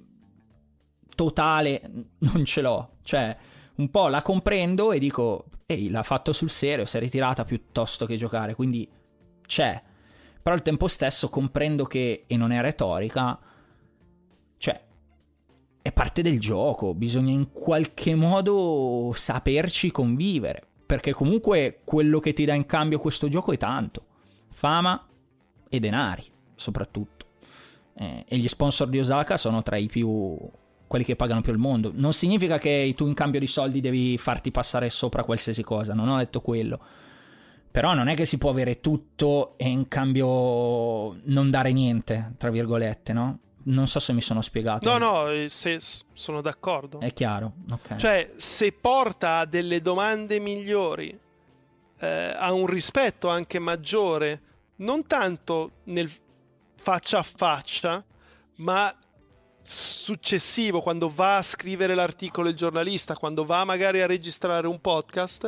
totale non ce l'ho. Cioè, un po' la comprendo e dico, ehi, l'ha fatto sul serio, si è ritirata piuttosto che giocare, quindi c'è. Però al tempo stesso comprendo che, e non è retorica, cioè, è parte del gioco, bisogna in qualche modo saperci convivere, perché comunque quello che ti dà in cambio questo gioco è tanto: fama e denari, soprattutto. E gli sponsor di Osaka sono tra i più, quelli che pagano più al mondo. Non significa che tu in cambio di soldi devi farti passare sopra qualsiasi cosa, non ho detto quello. Però non è che si può avere tutto e in cambio non dare niente, tra virgolette, no? Non so se mi sono spiegato. No, sono d'accordo. È chiaro, ok. Cioè, se porta a delle domande migliori, a un rispetto anche maggiore, non tanto nel faccia a faccia, ma successivo, quando va a scrivere l'articolo il giornalista, quando va magari a registrare un podcast,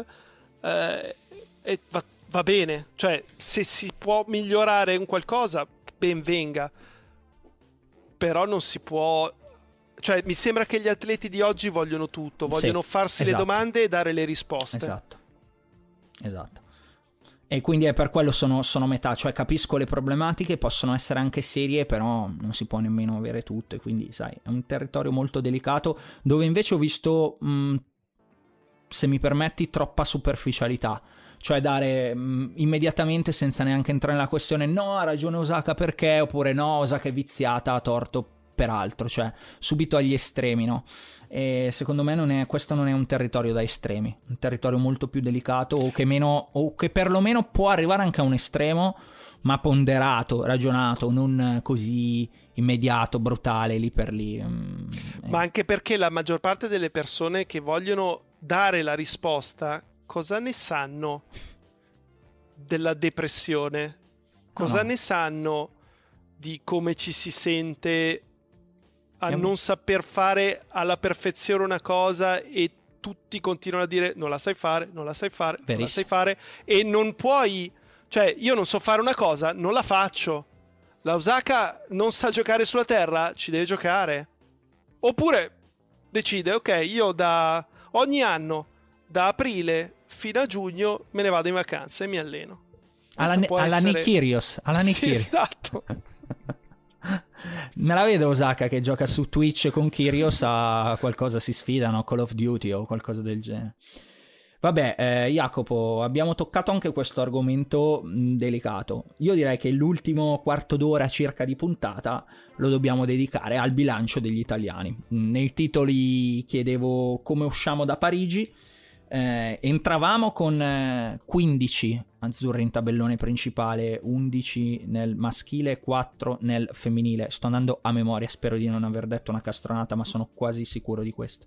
va bene. Cioè, se si può migliorare un qualcosa, ben venga. Però non si può, cioè mi sembra che gli atleti di oggi vogliono tutto, vogliono farsi le domande e dare le risposte. Esatto. E quindi è per quello sono metà, cioè capisco le problematiche, possono essere anche serie, però non si può nemmeno avere tutto, e quindi sai, è un territorio molto delicato, dove invece ho visto, se mi permetti, troppa superficialità. Cioè dare immediatamente, senza neanche entrare nella questione, no, ha ragione Osaka perché, oppure no, Osaka è viziata, ha torto per altro, cioè subito agli estremi, no? E secondo me questo non è un territorio da estremi, un territorio molto più delicato, o che perlomeno può arrivare anche a un estremo, ma ponderato, ragionato, non così immediato, brutale, lì per lì. Ma anche perché la maggior parte delle persone che vogliono dare la risposta, cosa ne sanno della depressione? Cosa ne sanno di come ci si sente a non saper fare alla perfezione una cosa, e tutti continuano a dire non la sai fare, non la sai fare, non la sai fare, e non puoi, cioè io non so fare una cosa, non la faccio. La Osaka non sa giocare sulla terra, ci deve giocare. Oppure decide, ok, io ogni anno da aprile fino a giugno me ne vado in vacanza e mi alleno. Alla Nick Kyrgios. Sì, esatto. Me la vedo Osaka che gioca su Twitch con Kyrgios a qualcosa, si sfidano, Call of Duty o qualcosa del genere. Vabbè, Jacopo, abbiamo toccato anche questo argomento delicato. Io direi che l'ultimo quarto d'ora circa di puntata lo dobbiamo dedicare al bilancio degli italiani. Nei titoli chiedevo come usciamo da Parigi. Entravamo con 15 azzurri in tabellone principale, 11 nel maschile, 4 nel femminile. Sto andando a memoria, spero di non aver detto una castronata, ma sono quasi sicuro di questo.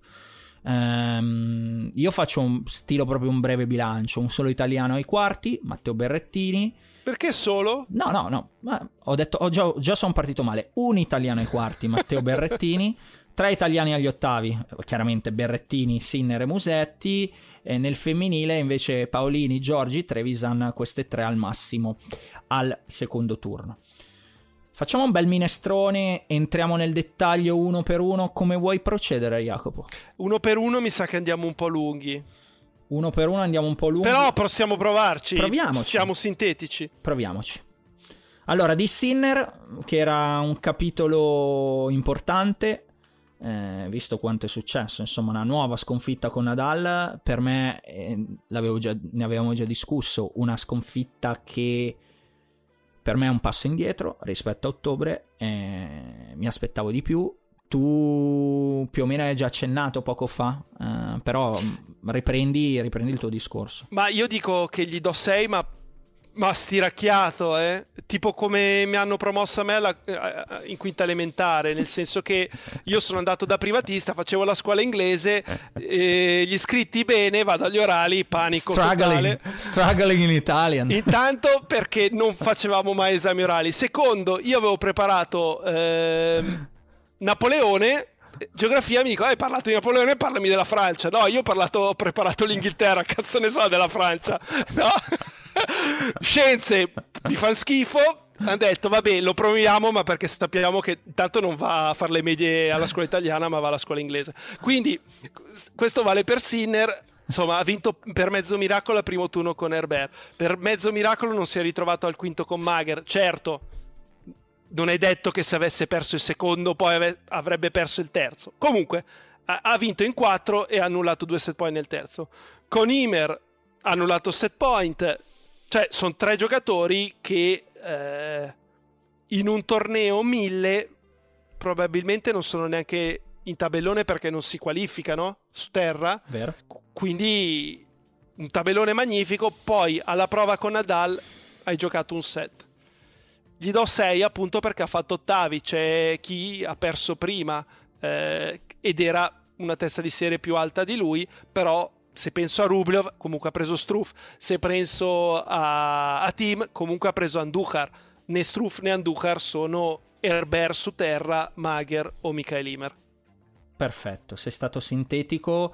Io faccio stilo proprio un breve bilancio: un solo italiano ai quarti, Matteo Berrettini. Perché solo? No, già sono partito male. Un italiano ai quarti, Matteo Berrettini. 3 italiani agli ottavi, chiaramente Berrettini, Sinner e Musetti. E nel femminile invece Paolini, Giorgi, Trevisan, queste 3 al massimo al secondo turno. Facciamo un bel minestrone, entriamo nel dettaglio uno per uno. Come vuoi procedere, Jacopo? Uno per uno mi sa che andiamo un po' lunghi. Uno per uno andiamo un po' lunghi. Però possiamo provarci. Proviamoci. Siamo sintetici. Proviamoci. Allora, di Sinner, che era un capitolo importante, visto quanto è successo, insomma, una nuova sconfitta con Nadal. Per me, ne avevamo già discusso, una sconfitta che per me è un passo indietro rispetto a ottobre. Mi aspettavo di più. Tu più o meno hai già accennato poco fa, però riprendi il tuo discorso. Ma io dico che gli do 6, ma Ma stiracchiato, tipo come mi hanno promosso a me in quinta elementare, nel senso che io sono andato da privatista, facevo la scuola inglese, gli iscritti bene, vado agli orali, panico totale. Struggling in Italian. Intanto perché non facevamo mai esami orali. Secondo, io avevo preparato Napoleone. Geografia, mi dico, hai parlato di Napoleone, parlami della Francia. No, io ho preparato l'Inghilterra, cazzo ne so della Francia. No. Scienze mi fanno schifo. Hanno detto vabbè, lo proviamo, ma perché sappiamo che tanto non va a fare le medie alla scuola italiana, ma va alla scuola inglese. Quindi questo vale per Sinner. Insomma, ha vinto per mezzo miracolo al primo turno con Herbert. Per mezzo miracolo non si è ritrovato al quinto con Mager. Certo, non è detto che se avesse perso il secondo poi avrebbe perso il terzo. Comunque ha vinto in 4 e ha annullato 2 set point nel terzo. Con Ymer ha annullato set point. Cioè sono 3 giocatori che in un torneo 1000 probabilmente non sono neanche in tabellone perché non si qualificano su terra. Vero. Quindi un tabellone magnifico. Poi alla prova con Nadal hai giocato un set. Gli do 6 appunto perché ha fatto ottavi. C'è chi ha perso prima ed era una testa di serie più alta di lui, però se penso a Rublev comunque ha preso Struff, se penso a Thiem comunque ha preso Andujar. Né Struff né Andujar sono Herbert su terra, Mager o Mikael Ymer. Perfetto, sei stato sintetico.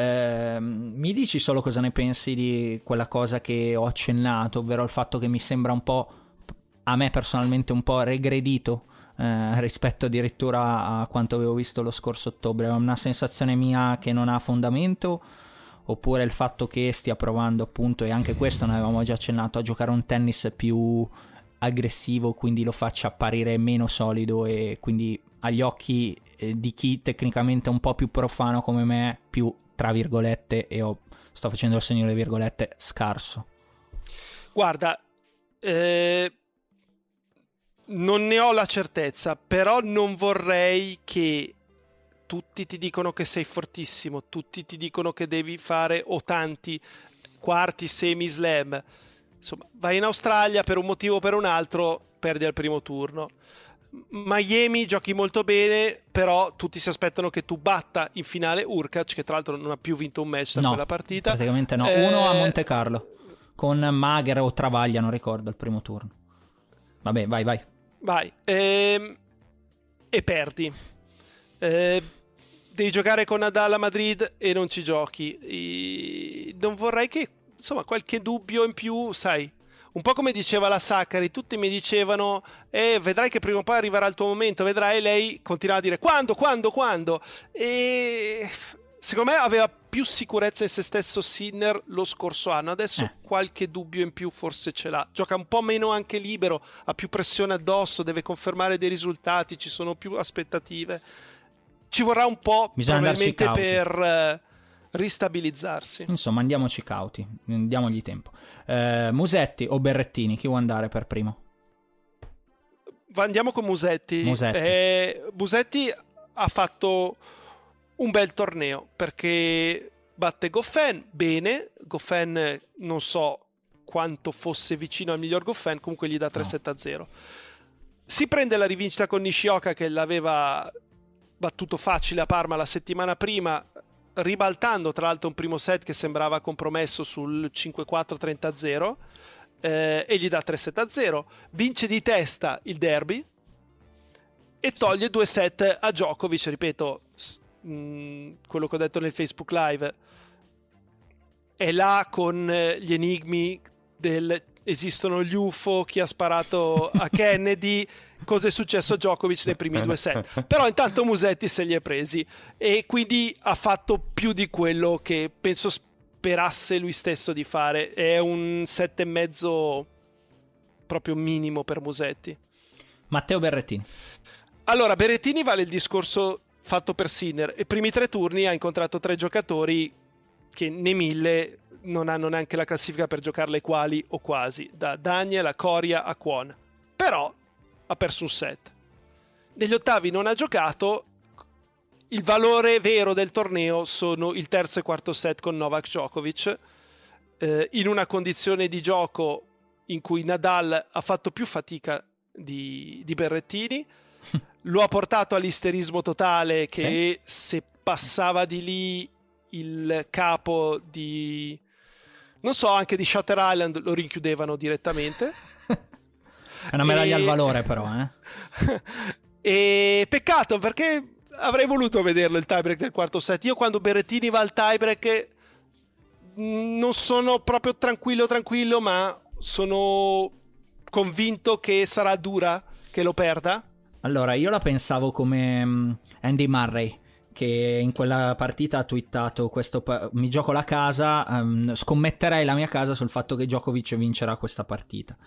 Mi dici solo cosa ne pensi di quella cosa che ho accennato, ovvero il fatto che mi sembra un po', a me personalmente un po' regredito rispetto addirittura a quanto avevo visto lo scorso ottobre. È una sensazione mia che non ha fondamento, oppure il fatto che stia provando appunto, e anche questo ne avevamo già accennato, a giocare un tennis più aggressivo, quindi lo faccia apparire meno solido e quindi agli occhi di chi tecnicamente è un po' più profano come me, più tra virgolette, e sto facendo il segno delle virgolette, scarso. Guarda, non ne ho la certezza, però non vorrei che tutti ti dicono che sei fortissimo, tutti ti dicono che devi fare o tanti quarti, semi, slam. Insomma, vai in Australia per un motivo o per un altro, perdi al primo turno. Miami giochi molto bene, però tutti si aspettano che tu batta in finale Urkac, che tra l'altro non ha più vinto un match da quella partita. Praticamente no, uno a Monte Carlo con Mager o Travaglia, non ricordo, al primo turno. Vabbè, vai. E perdi. Devi giocare con Nadal a Madrid e non ci giochi. Non vorrei che, insomma, qualche dubbio in più, sai, un po' come diceva la Saccari, tutti mi dicevano vedrai che prima o poi arriverà il tuo momento, vedrai, e lei continuava a dire quando, e secondo me aveva più sicurezza in se stesso Sinner lo scorso anno. Adesso qualche dubbio in più forse ce l'ha, gioca un po' meno anche libero, ha più pressione addosso, deve confermare dei risultati, ci sono più aspettative, ci vorrà un po' probabilmente per ristabilizzarsi. Insomma, andiamoci cauti, diamogli tempo. Musetti o Berrettini, chi vuole andare per primo? Andiamo con Musetti. Musetti ha fatto un bel torneo perché batte Goffin bene. Goffin non so quanto fosse vicino al miglior Goffin, comunque gli dà 3-7-0. Si prende la rivincita con Nishioka, che l'aveva battuto facile a Parma la settimana prima, ribaltando tra l'altro un primo set che sembrava compromesso sul 5-4-30-0, e gli dà 3-7-0. Vince di testa il derby e toglie 2 set a Djokovic. Ripeto, quello che ho detto nel Facebook Live è là con gli enigmi del esistono gli UFO, chi ha sparato a Kennedy, cosa è successo a Djokovic nei primi 2 set. Però intanto Musetti se li è presi e quindi ha fatto più di quello che penso sperasse lui stesso di fare. È un 7,5 proprio minimo per Musetti. Matteo Berrettini. Allora, Berrettini vale il discorso fatto per Sinner. I primi 3 turni ha incontrato 3 giocatori che nei 1000 non hanno neanche la classifica per giocarle quali o quasi, da Daniel a Coria a Kwon. Però ha perso un set. Negli ottavi non ha giocato. Il valore vero del torneo sono il terzo e quarto set con Novak Djokovic, in una condizione di gioco in cui Nadal ha fatto più fatica di Berrettini, lo ha portato all'isterismo totale, che se passava di lì il capo di, non so, anche di Shutter Island lo rinchiudevano direttamente. È una medaglia al valore, però, E peccato, perché avrei voluto vederlo il tiebreak del quarto set. Io quando Berrettini va al tiebreak non sono proprio tranquillo, ma sono convinto che sarà dura che lo perda. Allora, io la pensavo come Andy Murray, che in quella partita ha twittato mi gioco la casa, scommetterei la mia casa sul fatto che Djokovic vincerà questa partita.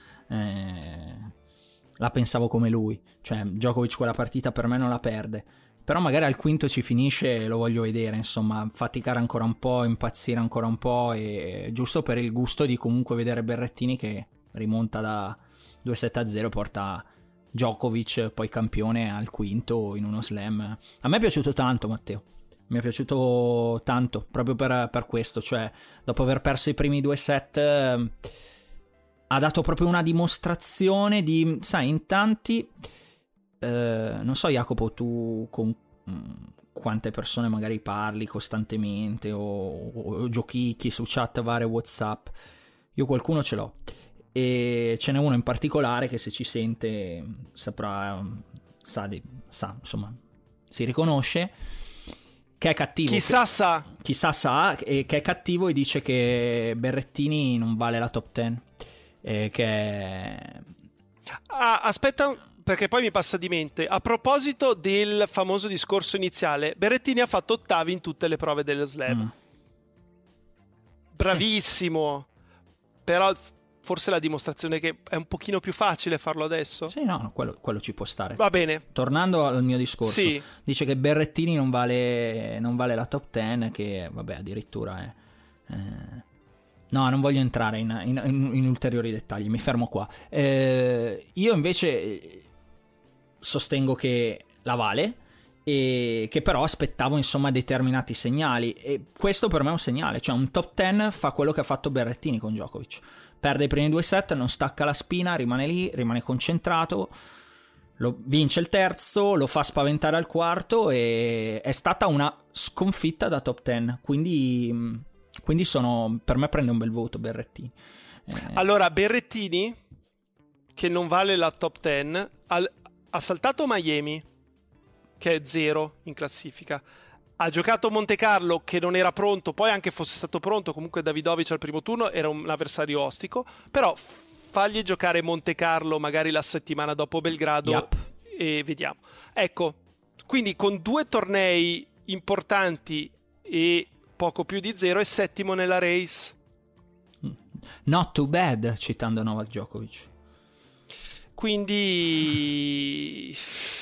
La pensavo come lui, cioè Djokovic quella partita per me non la perde, però magari al quinto ci finisce e lo voglio vedere, insomma, faticare ancora un po', impazzire ancora un po', e giusto per il gusto di comunque vedere Berrettini che rimonta da 2-7-0, porta Djokovic poi campione al quinto in uno slam. A me è piaciuto tanto, Matteo, mi è piaciuto tanto proprio per questo, cioè dopo aver perso i primi 2 set ha dato proprio una dimostrazione di, sai, in tanti non so, Jacopo, tu con quante persone magari parli costantemente o giochicchi su chat varie WhatsApp. Io qualcuno ce l'ho, e ce n'è uno in particolare che se ci sente saprà, sa, insomma, si riconosce, che è cattivo. Chissà sa, e che è cattivo, e dice che Berrettini non vale la top 10. Aspetta, perché poi mi passa di mente. A proposito del famoso discorso iniziale, Berrettini ha fatto ottavi in tutte le prove dello slam. Bravissimo. Però forse la dimostrazione che è un pochino più facile farlo adesso. Sì, no, quello ci può stare. Va bene. Tornando al mio discorso, dice che Berrettini non vale la top 10, che vabbè, addirittura è... No, non voglio entrare in ulteriori dettagli, mi fermo qua. Io invece sostengo che la vale, e che però aspettavo, insomma, determinati segnali, e questo per me è un segnale, cioè un top 10 fa quello che ha fatto Berrettini con Djokovic: perde i primi 2 set, non stacca la spina, rimane lì, rimane concentrato, vince il terzo, lo fa spaventare al quarto, e è stata una sconfitta da top 10, quindi per me prende un bel voto Berrettini. Allora, Berrettini, che non vale la top 10, ha saltato Miami, che è 0 in classifica, ha giocato Monte Carlo, che non era pronto, poi anche fosse stato pronto, comunque Davidovic al primo turno era un avversario ostico, però fagli giocare Monte Carlo magari la settimana dopo Belgrado, e vediamo. Ecco, quindi con 2 tornei importanti e poco più di 0 è settimo nella race. Not too bad, citando Novak Djokovic. Quindi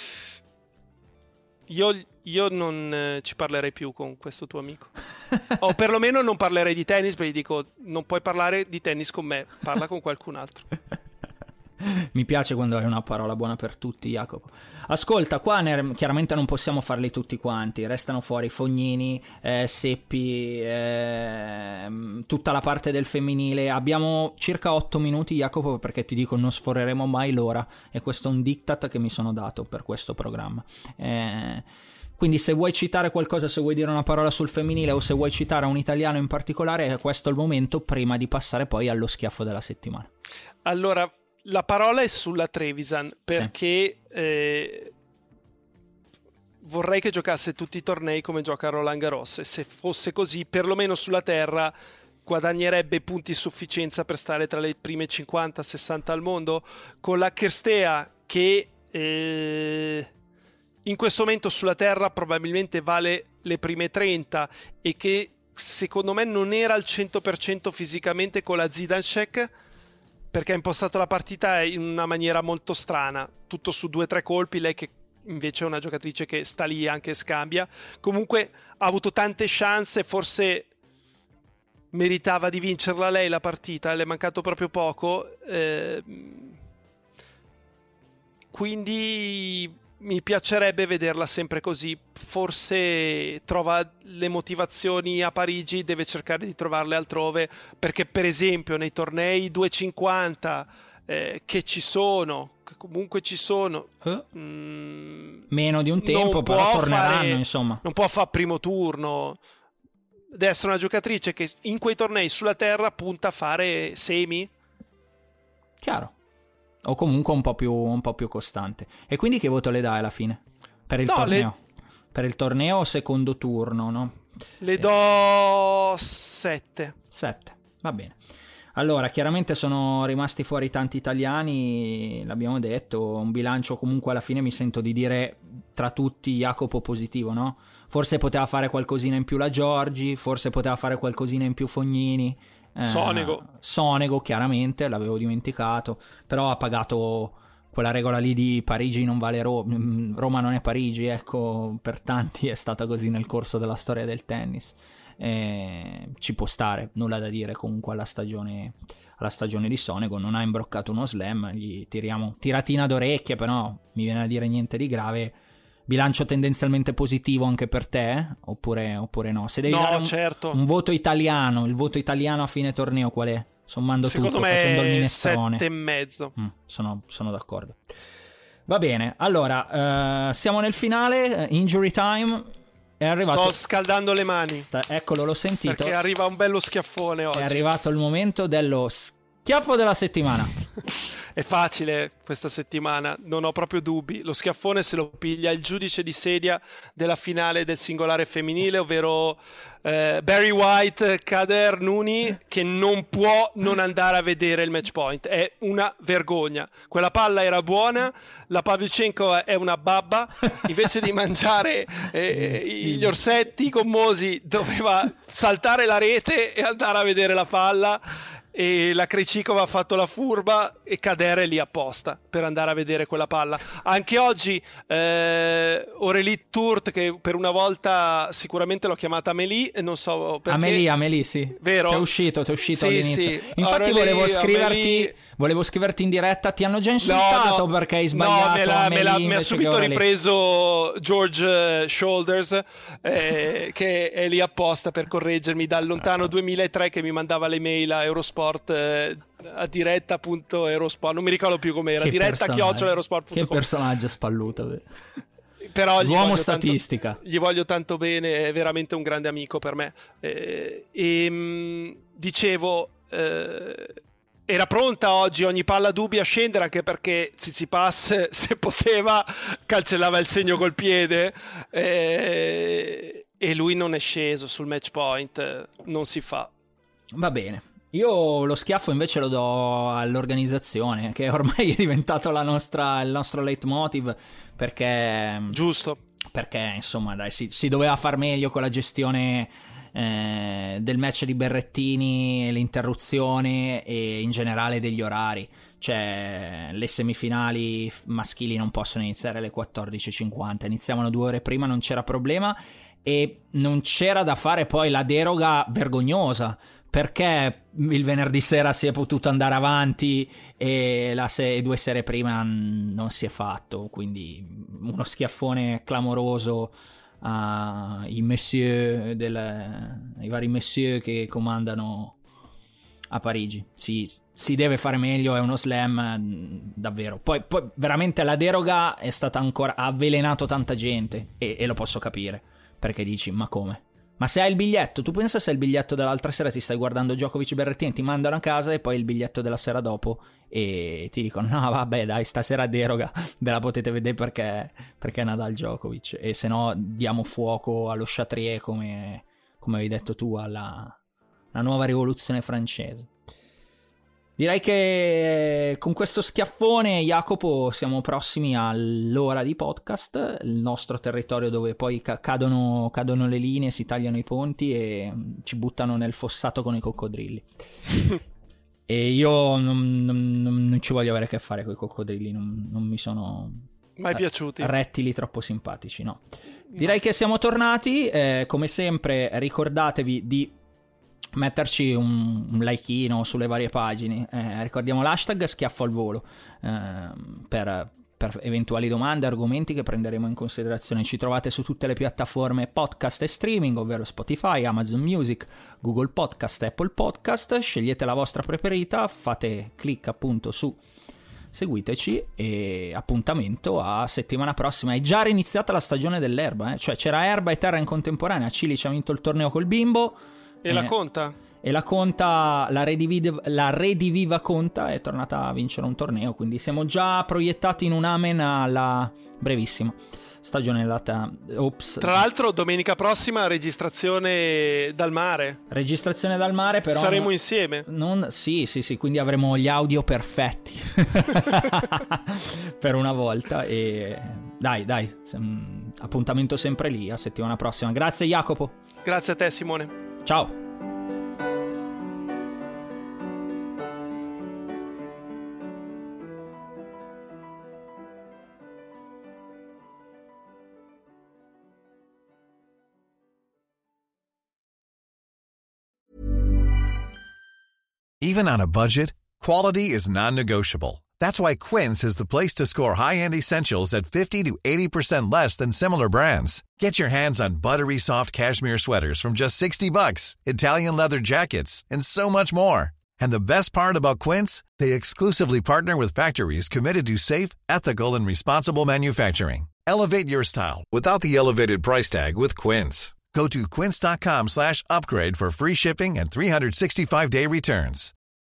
io non ci parlerei più con questo tuo amico. O perlomeno non parlerei di tennis, perché gli dico: non puoi parlare di tennis con me, parla con qualcun altro. Mi piace quando hai una parola buona per tutti, Jacopo. Ascolta, qua chiaramente non possiamo farli tutti quanti, restano fuori Fognini, Seppi, tutta la parte del femminile. Abbiamo circa 8 minuti, Jacopo, perché ti dico non sforeremo mai l'ora, e questo è un diktat che mi sono dato per questo programma. Quindi se vuoi citare qualcosa, se vuoi dire una parola sul femminile, o se vuoi citare un italiano in particolare, questo è il momento, prima di passare poi allo schiaffo della settimana. Allora, la parola è sulla Trevisan, perché vorrei che giocasse tutti i tornei come gioca a Roland Garros, e se fosse così, perlomeno sulla terra guadagnerebbe punti a sufficienza per stare tra le prime 50-60 al mondo. Con la Kirstea, che in questo momento sulla terra probabilmente vale le prime 30, e che secondo me non era al 100% fisicamente con la Zidansek, perché ha impostato la partita in una maniera molto strana, tutto su 2-3 colpi, lei che invece è una giocatrice che sta lì anche e scambia. Comunque ha avuto tante chance, forse meritava di vincerla lei la partita, le è mancato proprio poco, quindi mi piacerebbe vederla sempre così. Forse trova le motivazioni a Parigi, deve cercare di trovarle altrove, perché per esempio nei tornei 250 che ci sono, che comunque ci sono, meno di un tempo, però torneranno, insomma. Non può fare primo turno. Deve essere una giocatrice che in quei tornei sulla terra punta a fare semi. Chiaro. O comunque un po' più costante. E quindi che voto le dai alla fine? Per il torneo? Per il torneo secondo turno, no? Le do 7. 7, va bene. Allora, chiaramente sono rimasti fuori tanti italiani, l'abbiamo detto, un bilancio comunque alla fine mi sento di dire tra tutti Jacopo positivo, no? Forse poteva fare qualcosina in più la Giorgi, forse poteva fare qualcosina in più Fognini. Sonego, chiaramente, l'avevo dimenticato, però ha pagato quella regola lì di Parigi non vale Roma non è Parigi, ecco, per tanti è stata così nel corso della storia del tennis. Ci può stare, nulla da dire comunque alla stagione di Sonego, non ha imbroccato uno slam, gli tiriamo tiratina d'orecchie, però mi viene a dire niente di grave. Bilancio tendenzialmente positivo anche per te, oppure no? Se devi dare certo. Un voto italiano, il voto italiano a fine torneo qual è? Sommando tutto, facendo il minestrone. 7,5. Sono d'accordo. Va bene, allora siamo nel finale, injury time. È arrivato... Sto scaldando le mani. Eccolo, l'ho sentito. Perché arriva un bello schiaffone oggi. È arrivato il momento dello schiaffo della settimana. È facile questa settimana, non ho proprio dubbi. Lo schiaffone se lo piglia il giudice di sedia della finale del singolare femminile, ovvero Barry White Kader Nuni, che non può non andare a vedere il match point. È una vergogna. Quella palla era buona, la Pavlyuchenko è una babba, invece di mangiare gli orsetti gommosi doveva saltare la rete e andare a vedere la palla. E la Krejcikova ha fatto la furba e Kader è lì apposta per andare a vedere quella palla. Anche oggi Aurélie Tourt, che per una volta sicuramente l'ho chiamata Amélie, non so perché. Amélie, sì. Vero? Ti è uscito sì, all'inizio. Sì. Infatti volevo scriverti in diretta, ti hanno già insultato perché hai sbagliato. Mi ha subito ripreso George Shoulders, che è lì apposta per correggermi dal lontano 2003 che mi mandava le mail a Eurosport, a diretta.eurosport, non mi ricordo più com'era, diretta@eurosport.com. Che personaggio spalluto. Però l'uomo statistica. Gli voglio tanto bene, è veramente un grande amico per me. Dicevo, era pronta oggi ogni palla dubbia a scendere, anche perché Tsitsipas, se poteva, cancellava il segno col piede, e lui non è sceso sul match point, non si fa. Va bene. Io lo schiaffo invece lo do all'organizzazione, che ormai è diventato il nostro leitmotiv, perché... Giusto. Perché, insomma, dai, si doveva far meglio con la gestione del match di Berrettini, l'interruzione e in generale degli orari. Cioè, le semifinali maschili non possono iniziare alle 14:50, iniziavano 2 ore prima, non c'era problema, e non c'era da fare poi la deroga vergognosa, perché il venerdì sera si è potuto andare avanti e 2 sere prima non si è fatto. Quindi uno schiaffone clamoroso ai vari monsieur che comandano a Parigi. Si deve fare meglio, è uno slam davvero. Poi veramente la deroga è stata ha avvelenato tanta gente, e lo posso capire, perché dici, ma come? Ma se hai il biglietto, tu pensa se hai il biglietto dell'altra sera, ti stai guardando Djokovic Berrettini, ti mandano a casa, e poi il biglietto della sera dopo e ti dicono no vabbè dai, stasera deroga ve la potete vedere perché è Nadal Djokovic, e se no diamo fuoco allo Chatrier, come avevi detto tu, alla nuova rivoluzione francese. Direi che con questo schiaffone, Jacopo, siamo prossimi all'ora di podcast, il nostro territorio dove poi cadono le linee, si tagliano i ponti e ci buttano nel fossato con i coccodrilli. E io non ci voglio avere a che fare con i coccodrilli, non mi sono mai piaciuti. Rettili troppo simpatici, no. Direi che siamo tornati, come sempre ricordatevi di metterci un likeino sulle varie pagine, ricordiamo l'hashtag schiaffo al volo, per per eventuali domande, argomenti che prenderemo in considerazione. Ci trovate su tutte le piattaforme podcast e streaming, ovvero Spotify, Amazon Music, Google Podcast, Apple Podcast. Scegliete la vostra preferita, fate clic appunto su seguiteci e appuntamento a settimana prossima. È già iniziata la stagione dell'erba, cioè c'era erba e terra in contemporanea. Cilic ha vinto il torneo col Bimbo e la Conta? E la Conta, la Rediviva Conta è tornata a vincere un torneo, quindi siamo già proiettati in un amen alla brevissima stagione dell'ata. Tra l'altro domenica prossima registrazione dal mare. Registrazione dal mare, però saremo insieme. Sì, quindi avremo gli audio perfetti per una volta. E dai, appuntamento sempre lì a settimana prossima. Grazie Jacopo. Grazie a te Simone. Ciao. Even on a budget, quality is non-negotiable. That's why Quince is the place to score high-end essentials at 50 to 80% less than similar brands. Get your hands on buttery soft cashmere sweaters from just $60, Italian leather jackets, and so much more. And the best part about Quince, they exclusively partner with factories committed to safe, ethical, and responsible manufacturing. Elevate your style without the elevated price tag with Quince. Go to quince.com/upgrade for free shipping and 365-day returns.